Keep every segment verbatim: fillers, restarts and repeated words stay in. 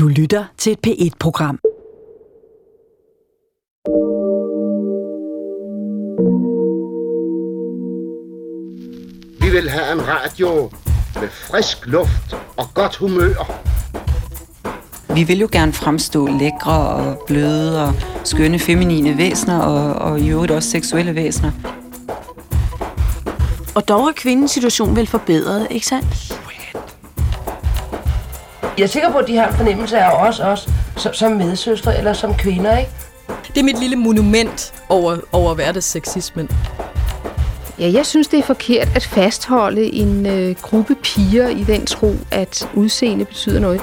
Du lytter til et P et program. Vi vil have en radio med frisk luft og godt humør. Vi vil jo gerne fremstå lækre og bløde og skønne feminine væsener og, og i øvrigt også seksuelle væsener. Og dog er kvindens situation vel forbedret, ikke sandt? Jeg er sikker på, at de har en fornemmelse af os også som, som medsøstre eller som kvinder, ikke? Det er mit lille monument over, over hverdagssexismen. Ja, jeg synes, det er forkert at fastholde en øh, gruppe piger i den tro, at udseende betyder noget.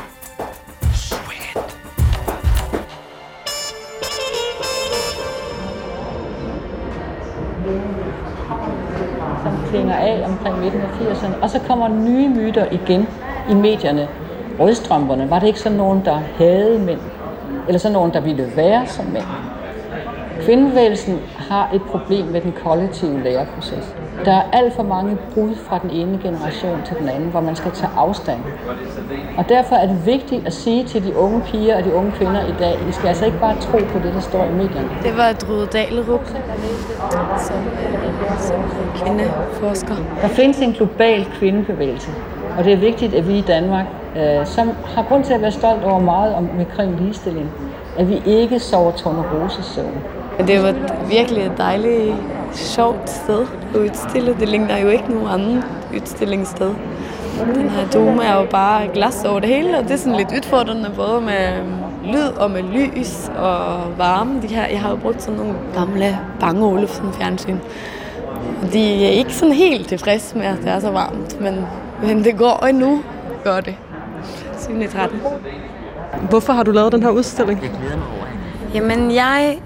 Som klinger af omkring midten af firserne, og så kommer nye myter igen i medierne. Rødstrømperne, var det ikke sådan nogen, der havde mænd? Eller sådan nogen, der ville være som mænd? Kvindebevægelsen har et problem med den kollektive læreproces. Der er alt for mange brud fra den ene generation til den anden, hvor man skal tage afstand. Og derfor er det vigtigt at sige til de unge piger og de unge kvinder i dag, I skal altså ikke bare tro på det, der står i medierne. Det var Drude Dahlerup, som, som kvindeforsker. Der findes en global kvindebevægelse, og det er vigtigt, at vi i Danmark, øh, som har grund til at være stolt over meget om, omkring ligestilling, at vi ikke sover tornerosesøvn. Det var virkelig et dejligt, sjovt sted at udstille. Det ligner jo ikke nogen anden udstillingssted. Den her dome er jo bare glas over det hele, og det er sådan lidt udfordrende, både med lyd og med lys og varme. De her, jeg har jo brugt sådan nogle gamle Bang og Olufsen fjernsyn. De er ikke sådan helt tilfredse med, at det er så varmt, men, men det går endnu, gør det. syv tretten. Hvorfor har du lavet den her udstilling? Jeg glæder mig over. Jamen, jeg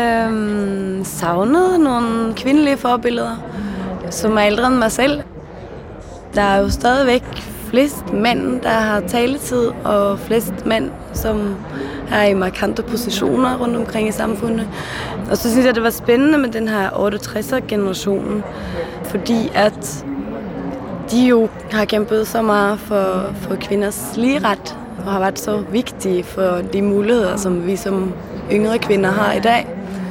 øh, savnede nogle kvindelige forbilleder, som er ældre end mig selv. Der er jo stadigvæk flest mænd, der har taletid, og flest mænd, som er i markante positioner rundt omkring i samfundet. Og så synes jeg, det var spændende med den her otteogtresser-generationen, fordi at de jo har kæmpet så meget for, for kvinders ligeret, og har været så vigtige for de muligheder, som vi som yngre kvinder har i dag.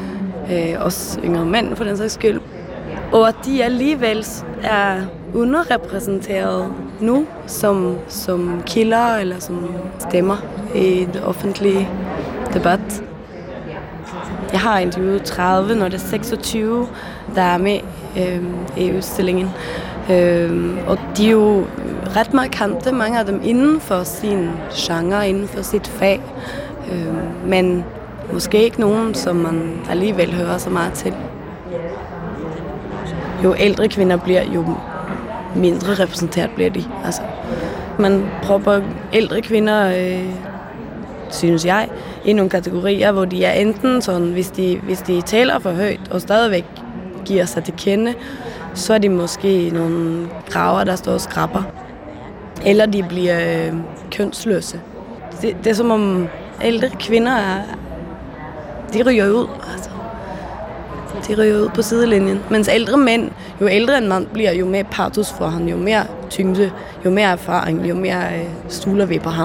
Øh, også yngre mænd for den sags skyld. Og at de alligevel er underrepræsenteret nu som, som kilder eller som stemmer i den offentlige debat. Jeg har interviewet tredive, når det er seksogtyve, der er med øh, i udstillingen. Øh, og de er jo ret markante, mange af dem inden for sin genre, inden for sit fag. Øh, men måske ikke nogen, som man alligevel hører så meget til. Jo ældre kvinder bliver, jo mindre repræsenteret bliver de. Altså, man propper ældre kvinder, øh, synes jeg, i nogle kategorier, hvor de er enten sådan, hvis de, hvis de taler for højt og stadigvæk giver sig til kende, så er de måske nogle graver, der står og skrapper. Eller de bliver øh, kønsløse. Det, det er som om ældre kvinder er, de ryger ud. Altså. De ryger ud på sidelinjen. Mens ældre mænd, jo ældre en mand bliver, jo mere patos får han, jo mere tyngde, jo mere erfaring, jo mere øh, stuler vi på ham.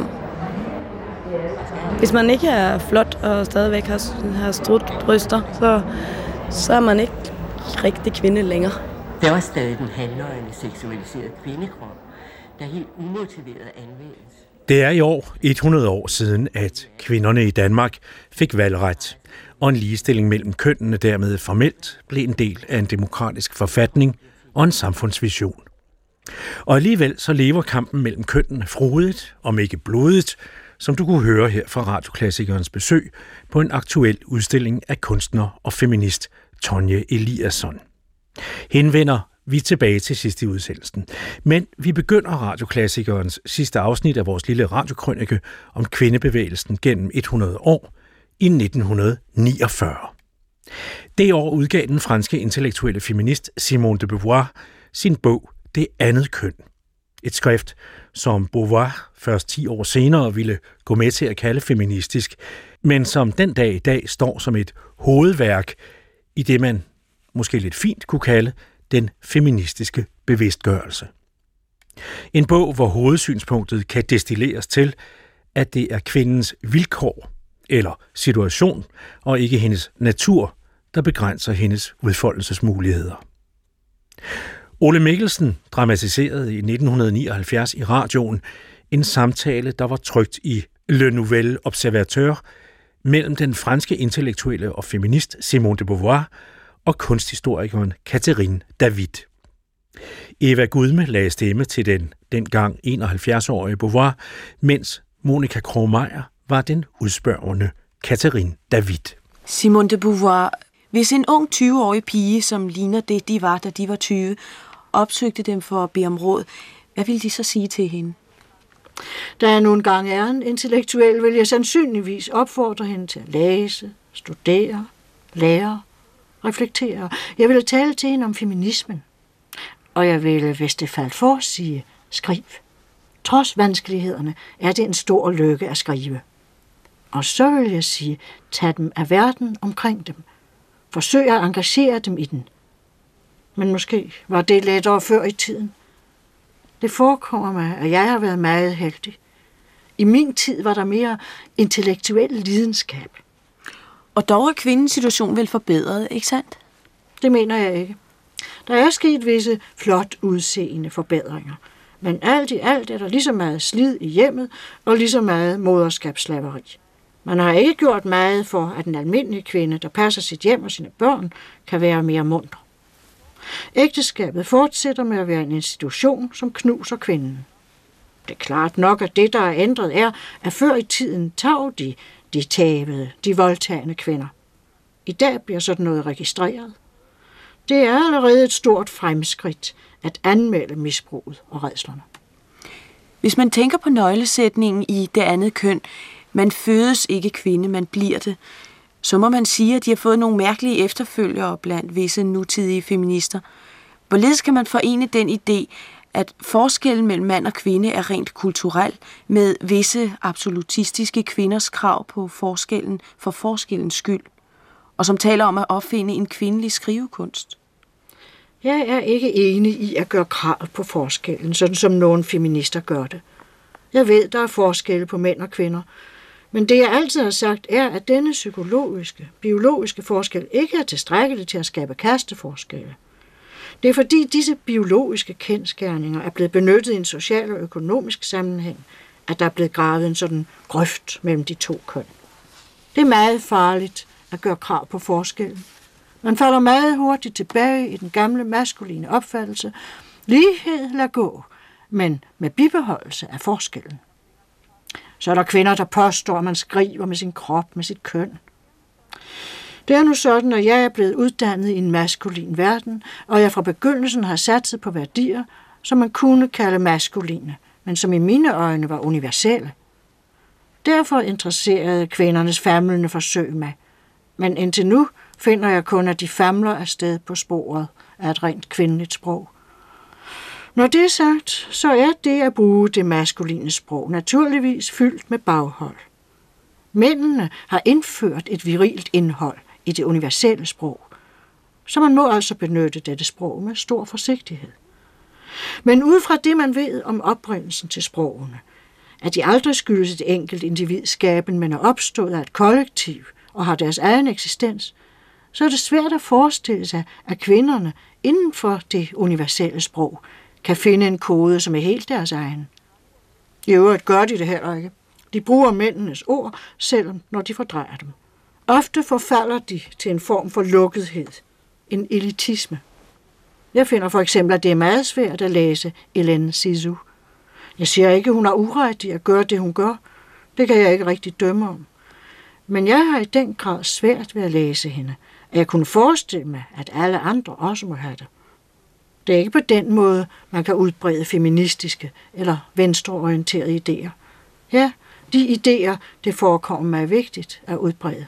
Hvis man ikke er flot og stadigvæk har, har strudt bryster, så, så er man ikke rigtig kvinde længere. Der var stadig den halvnøgne seksualiserede kvindekrop, der helt umotiveret anvendes. Det er i år hundrede år siden, at kvinderne i Danmark fik valgret, og en ligestilling mellem kønnene dermed formelt blev en del af en demokratisk forfatning og en samfundsvision. Og alligevel så lever kampen mellem kønnene frodigt, om ikke blodigt, som du kunne høre her fra Radioklassikernes besøg på en aktuel udstilling af kunstner og feminist Tonje Eliasson. Hende vender vi tilbage til sidst i udsendelsen. Men vi begynder Radioklassikernes sidste afsnit af vores lille radiokrønike om kvindebevægelsen gennem hundrede år i nitten niogfyrre. Det år udgav den franske intellektuelle feminist Simone de Beauvoir sin bog Det andet køn. Et skrift, som Beauvoir først ti år senere ville gå med til at kalde feministisk, men som den dag i dag står som et hovedværk i det, man måske lidt fint kunne kalde den feministiske bevidstgørelse. En bog, hvor hovedsynspunktet kan destilleres til, at det er kvindens vilkår eller situation, og ikke hendes natur, der begrænser hendes udfoldelsesmuligheder. Ole Mikkelsen dramatiserede i nitten nioghalvfjerds i radioen en samtale, der var trykt i Le Nouvel Observateur mellem den franske intellektuelle og feminist Simone de Beauvoir og kunsthistorikeren Catherine David. Eva Gudme lagde stemme til den dengang enoghalvfjerds-årige Beauvoir, mens Monica Krog-Meyer var den udspørgende Catherine David. Simone de Beauvoir, hvis en ung tyve-årig pige, som ligner det, de var, da de var tyve, opsøgte dem for at bede om råd, hvad ville de så sige til hende? Da jeg nogle gange er en intellektuel, vil jeg sandsynligvis opfordre hende til at læse, studere, lære, reflektere. Jeg ville tale til hende om feminismen. Og jeg ville, hvis det faldt for, sige, skriv. Trods vanskelighederne er det en stor lykke at skrive. Og så vil jeg sige, tag dem af verden omkring dem. Forsøg at engagere dem i den. Men måske var det lettere før i tiden. Det forekommer mig, at jeg har været meget heldig. I min tid var der mere intellektuel lidenskab. Og dog er kvindens situation vel forbedret, ikke sandt? Det mener jeg ikke. Der er sket visse flot udseende forbedringer. Men alt i alt er der lige så meget slid i hjemmet og lige så meget moderskabsslaveri. Man har ikke gjort meget for, at den almindelige kvinde, der passer sit hjem og sine børn, kan være mere munter. Ægteskabet fortsætter med at være en institution, som knuser kvinden. Det er klart nok, at det, der er ændret, er, at før i tiden tag de, de tabede, de voldtagende kvinder. I dag bliver sådan noget registreret. Det er allerede et stort fremskridt at anmelde misbruget og rædslerne. Hvis man tænker på nøglesætningen i det andet køn, man fødes ikke kvinde, man bliver det, så må man sige, at de har fået nogle mærkelige efterfølgere blandt visse nutidige feminister. Hvorledes kan man forene den idé, at forskellen mellem mand og kvinde er rent kulturel, med visse absolutistiske kvinders krav på forskellen for forskellens skyld, og som taler om at opfinde en kvindelig skrivekunst? Jeg er ikke enig i at gøre krav på forskellen, sådan som nogle feminister gør det. Jeg ved, der er forskelle på mænd og kvinder, men det jeg altid har sagt er, at denne psykologiske, biologiske forskel ikke er tilstrækkelig til at skabe kasteforskelle. Det er fordi disse biologiske kendsgerninger er blevet benyttet i en social og økonomisk sammenhæng, at der er blevet gravet en sådan grøft mellem de to køn. Det er meget farligt at gøre krav på forskellen. Man falder meget hurtigt tilbage i den gamle maskuline opfattelse. Lighed lad gå, men med bibeholdelse af forskellen. Så er der kvinder, der påstår, at man skriver med sin krop, med sit køn. Det er nu sådan, at jeg er blevet uddannet i en maskulin verden, og jeg fra begyndelsen har satset på værdier, som man kunne kalde maskuline, men som i mine øjne var universelle. Derfor interesserede kvindernes famlende forsøg mig. Men indtil nu finder jeg kun, at de famler afsted på sporet af et rent kvindeligt sprog. Når det er sagt, så er det at bruge det maskuline sprog naturligvis fyldt med baghold. Mændene har indført et virilt indhold i det universelle sprog, så man må altså benytte dette sprog med stor forsigtighed. Men ud fra det, man ved om oprindelsen til sprogene, at de aldrig skyldes et enkelt individs skaben, men er opstået af et kollektiv og har deres egen eksistens, så er det svært at forestille sig, at kvinderne inden for det universelle sprog kan finde en kode, som er helt deres egen. I øvrigt gør de det heller ikke. De bruger mændenes ord, selvom når de fordrejer dem. Ofte forfalder de til en form for lukkethed, en elitisme. Jeg finder for eksempel, at det er meget svært at læse Hélène Cixous. Jeg siger ikke, at hun har uret i at gøre det, hun gør. Det kan jeg ikke rigtig dømme om. Men jeg har i den grad svært ved at læse hende, at jeg kunne forestille mig, at alle andre også må have det. Det er ikke på den måde, man kan udbrede feministiske eller venstreorienterede idéer. Ja, de idéer, det forekommer mig vigtigt at udbrede.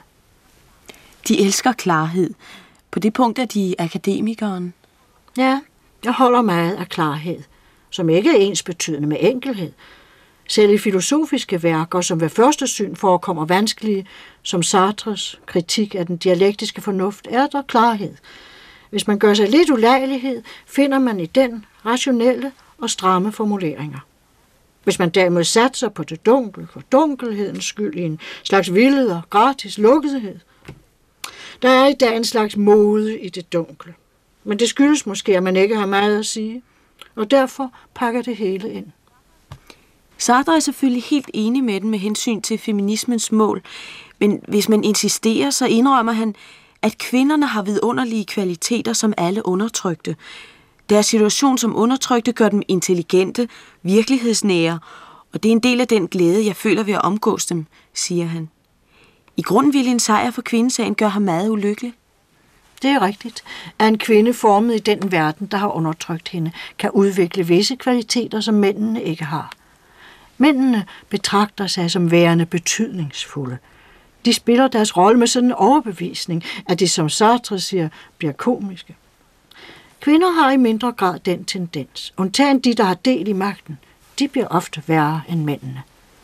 De elsker klarhed. På det punkt er de akademikeren. Ja, jeg holder meget af klarhed, som ikke er ensbetydende med enkelhed. Selv i filosofiske værker, som ved første syn forekommer vanskelige, som Sartres kritik af den dialektiske fornuft, er der klarhed. Hvis man gør sig lidt ulejlighed, finder man i den rationelle og stramme formuleringer. Hvis man derimod satser på det dunkle, for dunkelhedens skyld i en slags vildhed og gratis lukkethed. Der er i dag en slags mode i det dunkle. Men det skyldes måske, at man ikke har meget at sige, og derfor pakker det hele ind. Sartre er selvfølgelig helt enig med den med hensyn til feminismens mål, men hvis man insisterer, så indrømmer han, at kvinderne har vidunderlige kvaliteter, som alle undertrykte. Deres situation som undertrykte gør dem intelligente, virkelighedsnære, og det er en del af den glæde, jeg føler ved at omgås dem, siger han. I grunden ville en sejr for kvindesagen gøre ham meget ulykkelig. Det er rigtigt, at en kvinde formet i den verden, der har undertrykt hende, kan udvikle visse kvaliteter, som mændene ikke har. Mændene betragter sig som værende betydningsfulde. De spiller deres rolle med sådan en overbevisning, at de, som Sartre siger, bliver komiske. Kvinder har i mindre grad den tendens. Undtagen de, der har del i magten, de bliver ofte værre end mændene.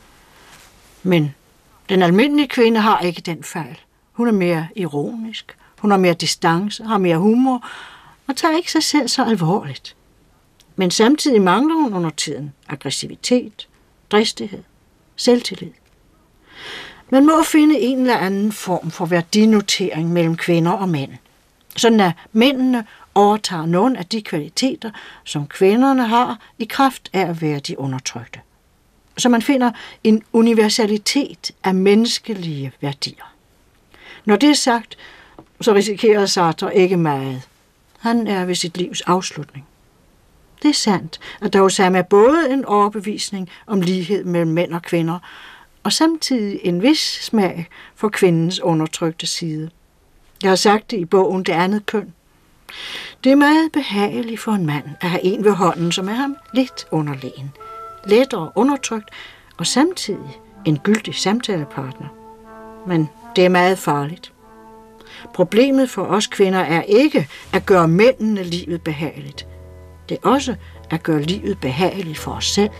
Men den almindelige kvinde har ikke den fejl. Hun er mere ironisk, hun har mere distance, har mere humor og tager ikke sig selv så alvorligt. Men samtidig mangler hun under tiden aggressivitet, dristighed, selvtillid. Man må finde en eller anden form for værdinotering mellem kvinder og mænd, sådan at mændene overtager nogle af de kvaliteter, som kvinderne har i kraft af at være de undertrykte. Så man finder en universalitet af menneskelige værdier. Når det er sagt, så risikerer Sartre ikke meget. Han er ved sit livs afslutning. Det er sandt, at der hos ham er både en overbevisning om lighed mellem mænd og kvinder, og samtidig en vis smag for kvindens undertrykte side. Jeg har sagt det i bogen Det andet køn. Det er meget behageligt for en mand at have en ved hånden, som er ham lidt underlegen, lettere undertrykt og samtidig en gyldig samtalepartner. Men det er meget farligt. Problemet for os kvinder er ikke at gøre mændene livet behageligt. Det er også at gøre livet behageligt for os selv.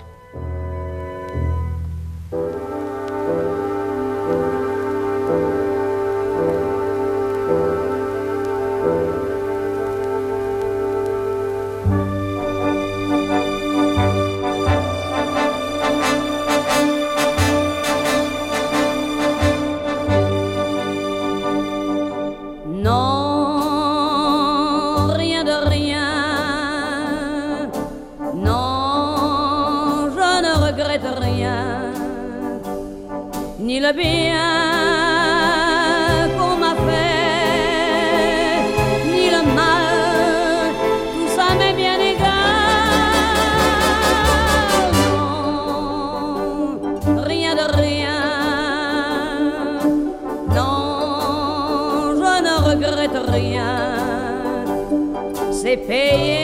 Ni le bien qu'on m'a fait, ni le mal, tout ça m'est bien égal. Non, rien de rien. Non, je ne regrette rien. C'est payé.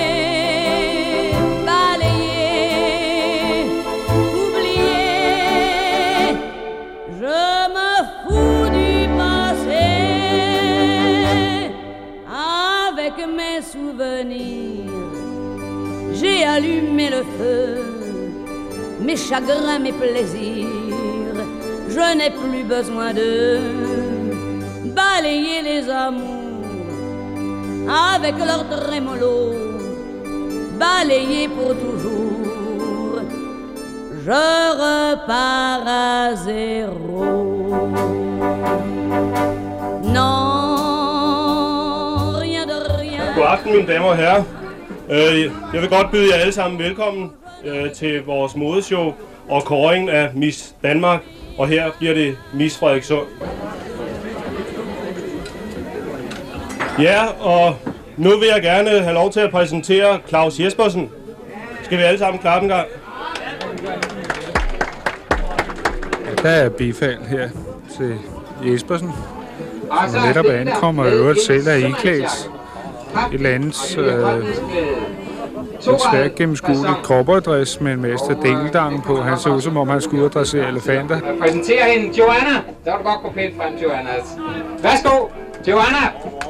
J'ai allumé le feu, mes chagrins, mes plaisirs. Je n'ai plus besoin de balayer les amours avec leur trémolo, balayer pour toujours. Je repars à zéro. Non. God aften, mine damer og herrer. Jeg vil godt byde jer alle sammen velkommen til vores modeshow og kåringen af Miss Danmark. Og her bliver det Miss Frederikssund. Ja, og nu vil jeg gerne have lov til at præsentere Claus Jespersen. Skal vi alle sammen klappe en gang? Der er bifald her til Jespersen, som netop ankommer og øvrigt selv er iklædt et eller andet øh, et svært gennemskueligt kropperadress med en masse dækkeldang på. Han ser ud, som om han skulle ud og dressere elefanter. Jeg præsenterer hende, Joanna. Så vil du godt gå pænt frem, Joanna. Værsgo, Joanna.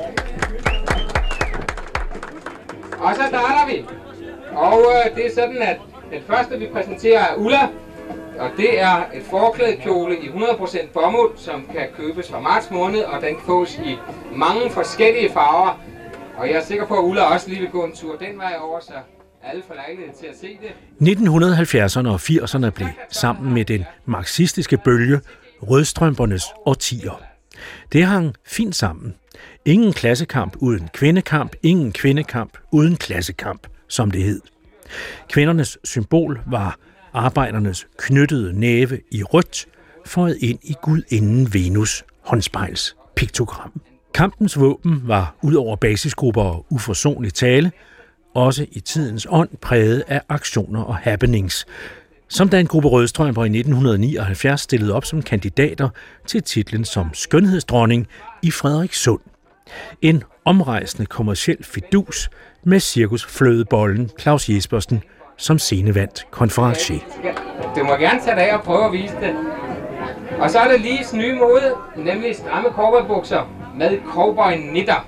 Og så starter vi. Og øh, det er sådan, at den første, vi præsenterer, er Ulla. Og det er et forklædekjole i hundrede procent bomuld, som kan købes fra marts måned, og den kan fås i mange forskellige farver. Og jeg er sikker på, at Ulla også lige vil gå en tur den vej over, så alle får lejlighed til at se det. nitten halvfjerdserne og firserne blev sammen med den marxistiske bølge rødstrømpernes årtier. Det hang fint sammen. Ingen klassekamp uden kvindekamp, ingen kvindekamp uden klassekamp, som det hed. Kvindernes symbol var arbejdernes knyttede næve i rødt, føjet ind i gudinden Venus håndspejls piktogram. Kampens våben var ud over basisgrupper og uforsonlig tale, også i tidens ånd præget af aktioner og happenings, som da en gruppe rødstrømper i nitten nioghalvfjerds stillede op som kandidater til titlen som skønhedsdronning i Frederikssund. En omrejsende kommerciel fidus med cirkusflødebollen Claus Jespersen som scenevandt konferencier. Du må gerne tage dig af og prøve at vise det. Og så er det lige nye mode, nemlig stramme cowboybukser med cowboy-nitter.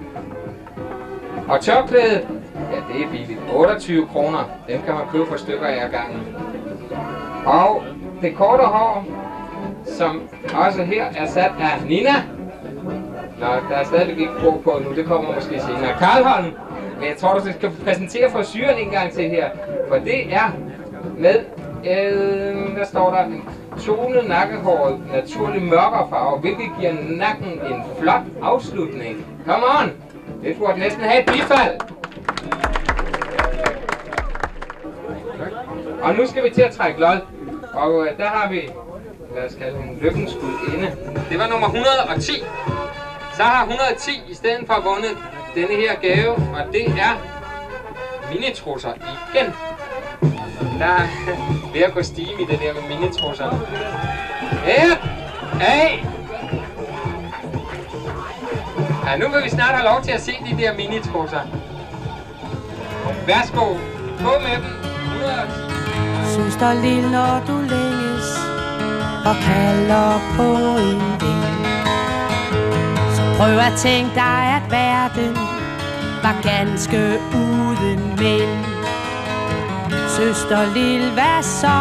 Og tørklæde, ja det er billigt, otteogtyve kroner. Dem kan man købe for stykker af gangen. Og det korte hår, som også her er sat af Nina. Nå, der er stadigvæk ikke brug på nu, det kommer måske senere. Karlholm, men jeg tror, du skal præsentere frisyren en gang til her. For det er med, øh, der står der, en tonet nakkehåret, naturlig mørkere farve, hvilket giver nakken en flot afslutning. Come on! Det burde næsten have et bifald. Og nu skal vi til at trække lod. Og øh, der har vi, lad os kalde en lykkens gudinde. Det var nummer et hundrede og ti. Så har et hundrede og ti i stedet for vundet denne her gave, og det er minitrusser igen. Der er ved at gå stime i det der med minitrusser. Her! Hey! Ja, nu vil vi snart have lov til at se de der minitrusser. Værsgo, på med dem. et hundrede og ti. Søster lille, når du længes og kalder på en ven, så prøv at tænke dig, at verden var ganske uden mænd. Søster lille, hvad så?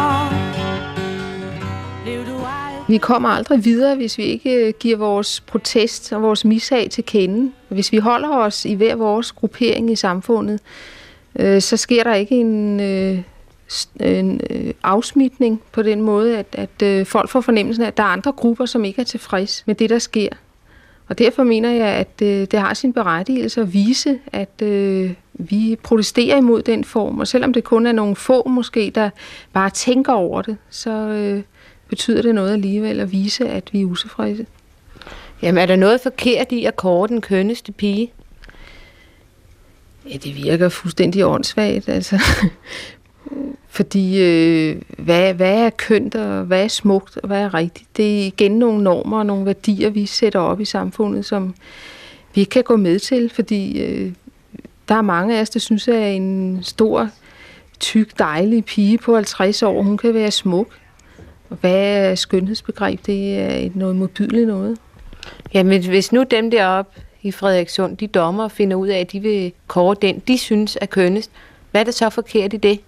Blev du aldrig... Vi kommer aldrig videre, hvis vi ikke giver vores protest og vores mishag til kende. Hvis vi holder os i hver vores gruppering i samfundet, øh, så sker der ikke en... Øh, en øh, afsmitning på den måde, at, at øh, folk får fornemmelsen af, at der er andre grupper, som ikke er tilfreds med det, der sker. Og derfor mener jeg, at øh, det har sin berettigelse at vise, at øh, vi protesterer imod den form. Og selvom det kun er nogle få måske, der bare tænker over det, så øh, betyder det noget alligevel at vise, at vi er utilfredse. Jamen, er der noget forkert i at kåre den kønneste pige? Ja, det virker fuldstændig åndssvagt, altså... Fordi øh, hvad, hvad er kønt, og hvad er smukt, og hvad er rigtigt? Det er igen nogle normer og nogle værdier, vi sætter op i samfundet, som vi ikke kan gå med til, fordi øh, der er mange af os, der synes, at en stor, tyk, dejlig pige på halvtreds år, hun kan være smuk. Og hvad er skønhedsbegreb? Det er et noget modbydeligt noget. Jamen, hvis nu dem deroppe i Frederikssund, de dommer, finder ud af, at de vil kåre den, de synes er kønnest, hvad er det så forkert i det?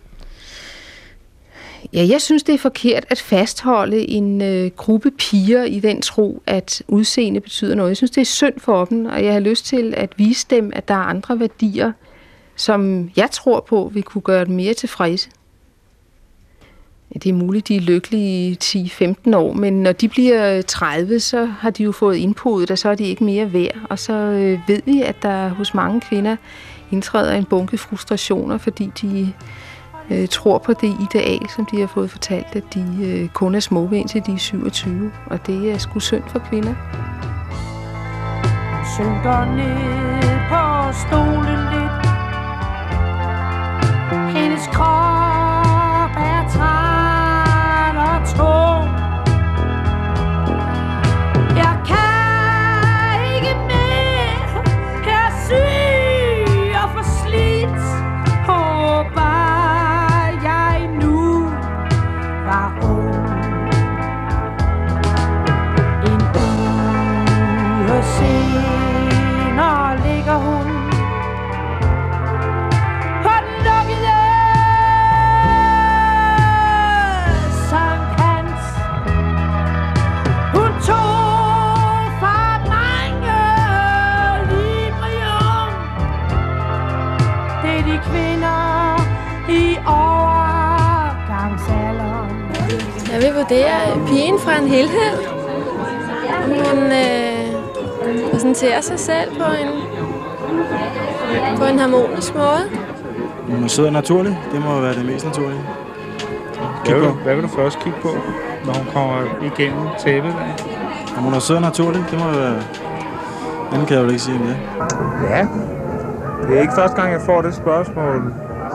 Ja, jeg synes, det er forkert at fastholde en øh, gruppe piger i den tro, at udseende betyder noget. Jeg synes, det er synd for dem, og jeg har lyst til at vise dem, at der er andre værdier, som jeg tror på vil kunne gøre dem mere tilfredse. Ja, det er muligt, de er lykkelige i ti til femten år, men når de bliver tredive, så har de jo fået input, og så er de ikke mere værd. Og så øh, ved vi, at der hos mange kvinder indtræder en bunke frustrationer, fordi de... Øh, tror på det ideal, som de har fået fortalt, at de øh, kun er små indtil de er syvogtyve. Og det er sgu synd for kvinder. Synker ned på stolen lidt. Hendes krop er træt og tung. Jeg kan ikke mere. Jeg er syg og forslidt. Håber var ung. En uge senere ligger hun på den lukkede vurdere pigen fra en helhed. Om hun øh, præsenterer sig selv på en, på en harmonisk måde. Hun er sød og naturlig. Det må være det mest naturlige. Hvad vil, du, hvad vil du først kigge på, når hun kommer igennem tæppet? Om hun er sød og naturlig, det må være... Den kan jeg jo ikke sige om det. Ja, det er ikke første gang, jeg får det spørgsmål.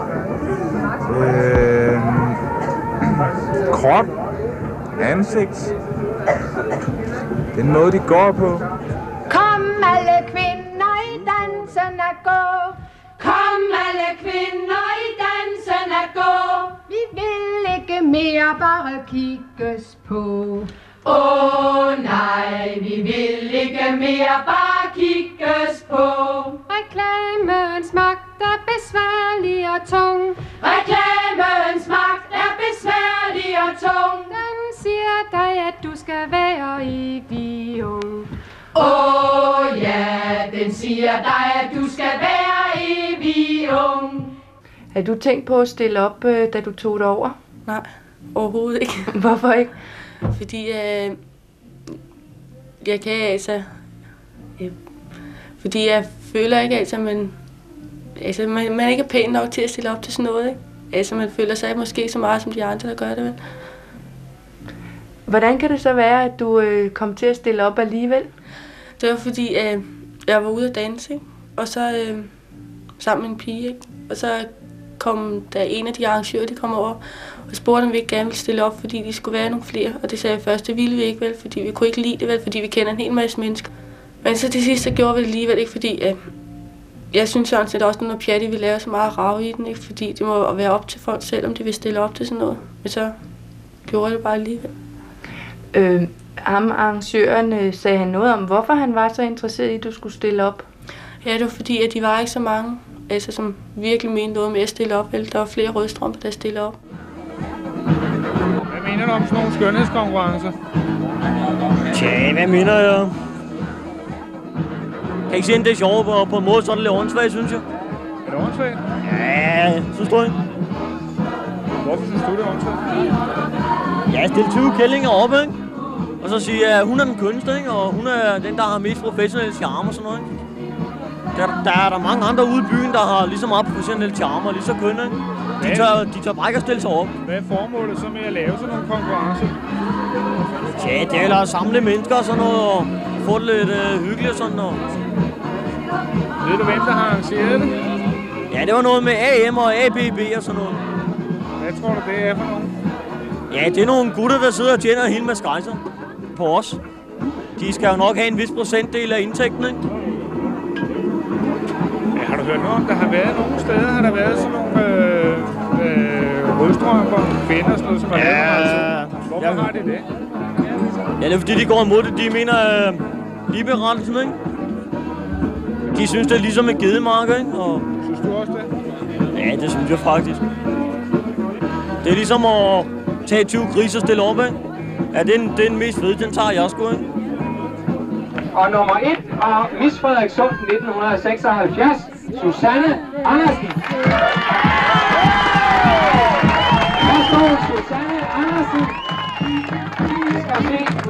Øh, krop, ansigt, det er noget, de går på. Kom alle kvinder i dansen at gå. Kom alle kvinder i dansen at gå. Vi vil ikke mere bare kigges på. Åh oh, nej, vi vil ikke mere bare kigges på. Reklamens magt er besværlig og tung. Reklamens magt er besværlig og tung. Den siger dig, at du skal være evig ung. Åh oh, ja, den siger dig, at du skal være evig ung. Har du tænkt på at stille op, da du tog det over? Nej, overhovedet ikke. Hvorfor ikke? Fordi øh, jeg kan altså... Øh, fordi jeg føler ikke altså, man, altså man, man ikke er pæn nok til at stille op til sådan noget, ikke? Altså man føler sig måske så meget som de andre, der gør det, vel? Hvordan kan det så være, at du øh, kom til at stille op alligevel? Det var fordi, øh, jeg var ude at danse, ikke? Og så øh, sammen med en pige, ikke? Og så kom der en af de arrangører, de kom over og spurgte, om vi ikke gerne ville stille op, fordi de skulle være nogle flere. Og det sagde jeg først, det ville vi ikke, vel, fordi vi kunne ikke lide det, vel, fordi vi kender en hel masse mennesker. Men så til sidst, så gjorde vi det alligevel, ikke, fordi øh, jeg synes sådan set også, at noget pjat, vi laver så meget rav i den, ikke, fordi det må være op til folk selv, om de vil stille op til sådan noget. Men så gjorde jeg det bare alligevel. Øh, ham arrangøren, sagde han noget om, hvorfor han var så interesseret i, at du skulle stille op? Ja, det var fordi, at de var ikke så mange, altså, som virkelig mente noget med at stille op. Eller der var flere rødstrømper, der stillede op. Hvad mener du om sådan nogle skønhedskonkurrencer? Tja, hvad mener jeg? Kan ikke sige, at det er sjovt, og på en måde så er det lidt åndssvagt, synes jeg. Er det åndssvagt? Ja, synes du ikke? Hvorfor synes du, det er åndssvagt? Ja, stille tyve kællinger op, ikke? Og så sige, at hun er den kønneste, ikke? Og hun er den, der har mest professionelle charme og sådan noget, ikke? Der, der er der mange andre ude i byen, der har lige så meget professionelle charme og lige så kønne, ikke? De tør, de tør bare ikke at stille sig op. Hvad er formålet så med at lave sådan nogle konkurrencer? Ja, det er at samle mennesker og sådan noget, og få det lidt øh, hyggeligt og sådan noget. Ved du, hvem der har arrangeret det? Ja, det var noget med A M og A B B og sådan noget. Hvad tror du, det er for nogen? Ja, det er nogle gutter, der sidder og tjener en hel masse rejser på os. De skal jo nok have en vis procentdel af indtægten, ikke? Ja, har du hørt noget om, der har været nogle steder, har der været sådan nogle øh, øh, rødstrømper, kvinder og sådan noget, som har lavet ja, Hvorfor ja, har de det? Ja, det er fordi, de går imod det. De mener øh, ligeberettelsen, ikke? De synes, det er ligesom en gedemark, ikke? Og... Synes du også det? Ja, det synes jeg faktisk. Det er ligesom at tage tyve griser og stille op, ikke? Ja, det er den, det er den mest fede, den tager jeg sgu, ikke? Og nummer et og Miss Frederikssund nitten seksoghalvfjerds, Susanne Andersen. Værsgo, Susanne Andersen. Vi skal se på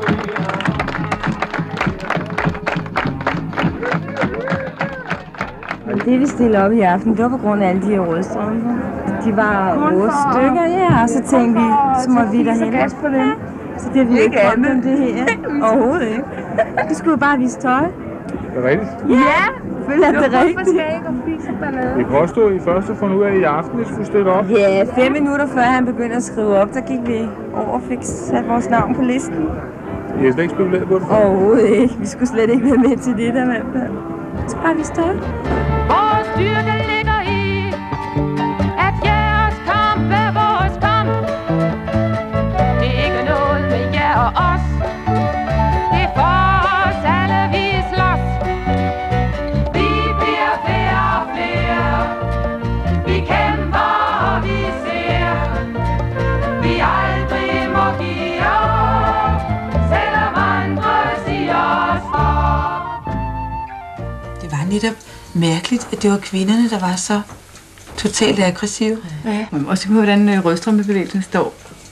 det vi stillede op i aften, det var på grund af alle de her rødstrømper. De var otte stykker, ja, og så tænkte vi, så må vi derhen. Så på det. Så det har vi ikke drømt om det her. Overhovedet ikke. Det skulle bare vise tøj. Det er rigtigt? Ja, jeg føler, at det er rigtigt. Det påstod I først at finde ud af i aften, at I skulle stille op? Ja, fem minutter før han begyndte at skrive op, der gik vi over og fik sat vores navn på listen. I har slet ikke spekuleret på det? Overhovedet ikke. Vi skulle slet ikke være med til det der i hvert fald. Det skulle bare vise tøj. Vores styrke ligger i, at jeres kamp er vores kamp. Det er ikke noget med jer og os. Det er for os alle, vi slås. Vi bliver flere og flere. Vi kæmper og vi ser. Vi aldrig må give op, selvom andre siger os for. Det var netop mærkeligt, at det var kvinderne, der var så totalt aggressive. Ja. Man må også se på, hvordan rødstrømpebevægelsen står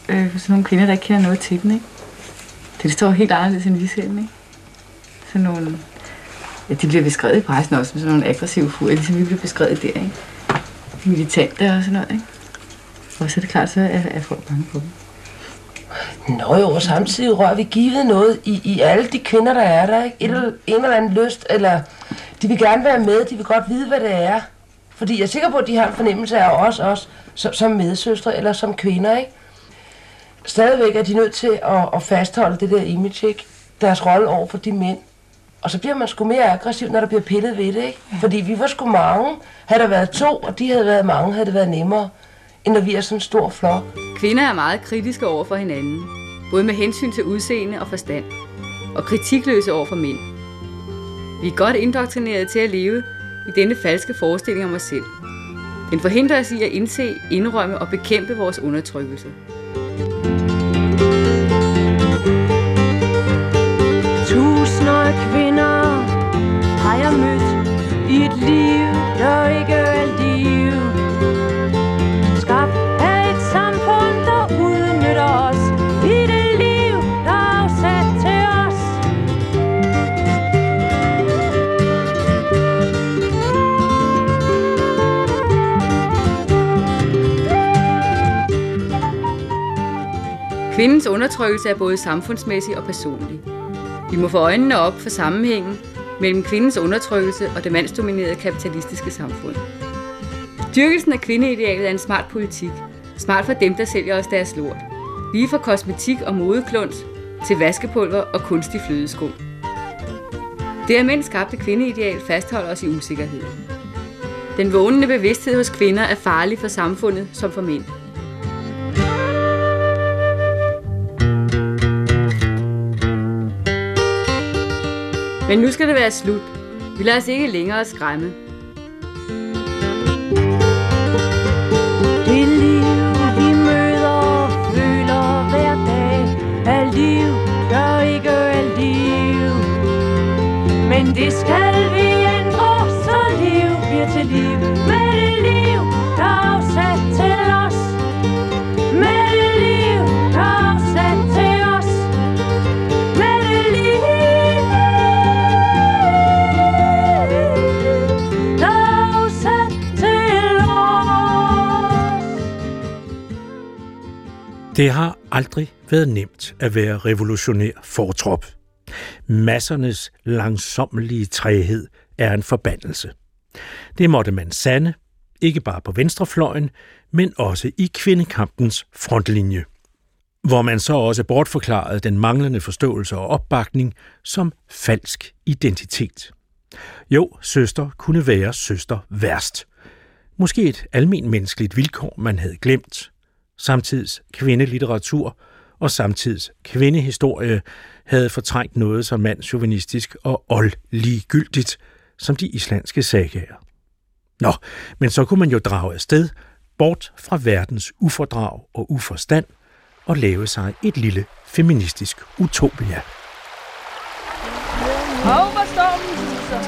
øh, for sådan nogle kvinder, der ikke kender noget til den, ikke? Det står helt anderledes end vi selv, ikke? Sådan nogle... Ja, de bliver beskrevet i pressen også som sådan nogle aggressive fugle, ligesom vi bliver beskrevet der, ikke? Militante og sådan noget, ikke? Og så er det klart, så er, er folk bange på dem. Nå jo, og samtidig rører vi givet noget i, i alle de kvinder, der er der, ikke? Et eller, en eller anden lyst, eller de vil gerne være med, de vil godt vide, hvad det er. Fordi jeg er sikker på, at de har en fornemmelse af os også, som, som medsøstre eller som kvinder, ikke? Stadigvæk er de nødt til at, at fastholde det der image, ikke? Deres rolle over for de mænd. Og så bliver man sgu mere aggressiv, når der bliver pillet ved det, ikke? Fordi vi var sgu mange. Havde der været to, og de havde været mange, havde det været nemmere, end når vi er sådan en stor flok. Kvinder er meget kritiske over for hinanden, både med hensyn til udseende og forstand, og kritikløse over for mænd. Vi er godt indoktrineret til at leve i denne falske forestilling om os selv. Den forhindrer os i at indse, indrømme og bekæmpe vores undertrykkelse. Tusinder kvinder har jeg mødt i et liv, der ikke er liv. Skabt af et samfund, der udnytter os i det liv, der er afsat til os. Kvindens undertrykkelse er både samfundsmæssig og personlig. Vi må få øjnene op for sammenhængen mellem kvindens undertrykkelse og det mandsdominerede kapitalistiske samfund. Dyrkelsen af kvindeidealet er en smart politik. Smart for dem, der sælger os deres lort. Lige fra kosmetik og modekluns til vaskepulver og kunstig flødeskum. Det af mænd skabte kvindeideal fastholder os i usikkerhed. Den vågnende bevidsthed hos kvinder er farlig for samfundet som for mænd. Men nu skal det være slut. Vi lader os ikke længere skræmme. Det liv, vi møder og føler hver dag, er liv, gør ikke er liv. Men det skal vi ændre, så liv bliver til liv. Med det liv, der er afsat til os. Med det liv, der er afsat til os. Med det liv. Det har aldrig været nemt at være revolutionær fortrop. Massernes langsommelige træghed er en forbandelse. Det måtte man sande, ikke bare på venstrefløjen, men også i kvindekampens frontlinje, hvor man så også bortforklarede den manglende forståelse og opbakning som falsk identitet. Jo, søster kunne være søster værst. Måske et almen menneskeligt vilkår, man havde glemt. Samtids kvindelitteratur og samtids kvindehistorie havde fortrængt noget så mandsjuvenistisk og oldligegyldigt som de islandske sagaer. Nå, men så kunne man jo drage afsted, bort fra verdens ufordrag og uforstand, og lave sig et lille feministisk utopia. Hov, hvor stormen tiser.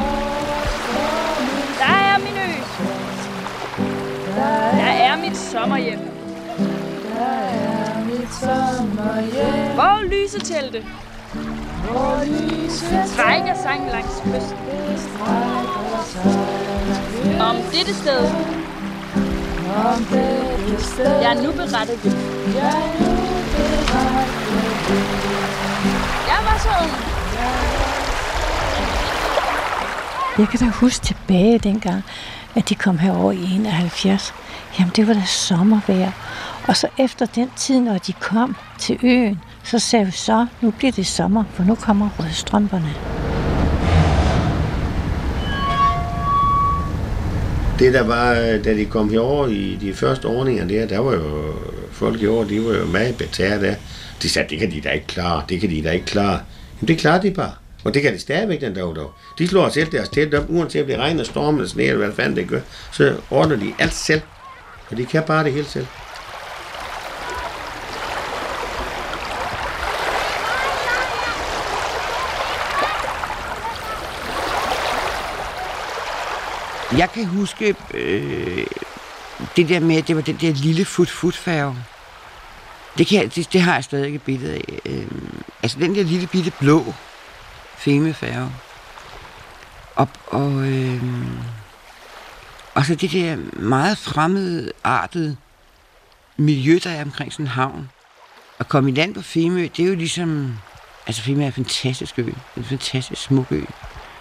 Der er min ø. Der er mit sommerhjem. Hvor lysetelte? Trækker sang langs kysten. Om dette sted. Jeg er nu berettet. Jeg var så ung. Jeg kan da huske tilbage dengang, at de kom herover i enoghalvfjerds. Jamen, det var da sommervejr. Og så efter den tid, når de kom til øen, så sagde vi så, nu bliver det sommer, for nu kommer rødstrømperne. Det der var, da de kom herover i de første ordninger der, der var jo folk herovre, de var jo meget betæret af. De sagde, det kan de da ikke klare, det kan de da ikke klare. Jamen det klarer de bare. Og det kan de stadigvæk den dag dog. De slår selv deres telt op, uanset om det regner, storm eller sne, eller hvad fanden det gør. Så ordner de alt selv. Og de kan bare det hele selv. Jeg kan huske øh, det der med, at det var den der lille fut-fut-færge. Det, kan jeg, det, det har jeg stadig et billede af. Øh, altså den der lille bitte blå Femø-færge. Og, og, øh, og så det der meget fremmedartede miljø, der er omkring sådan en havn. At komme i land på Femø, det er jo ligesom... Altså Femø er en fantastisk ø. En fantastisk smuk ø.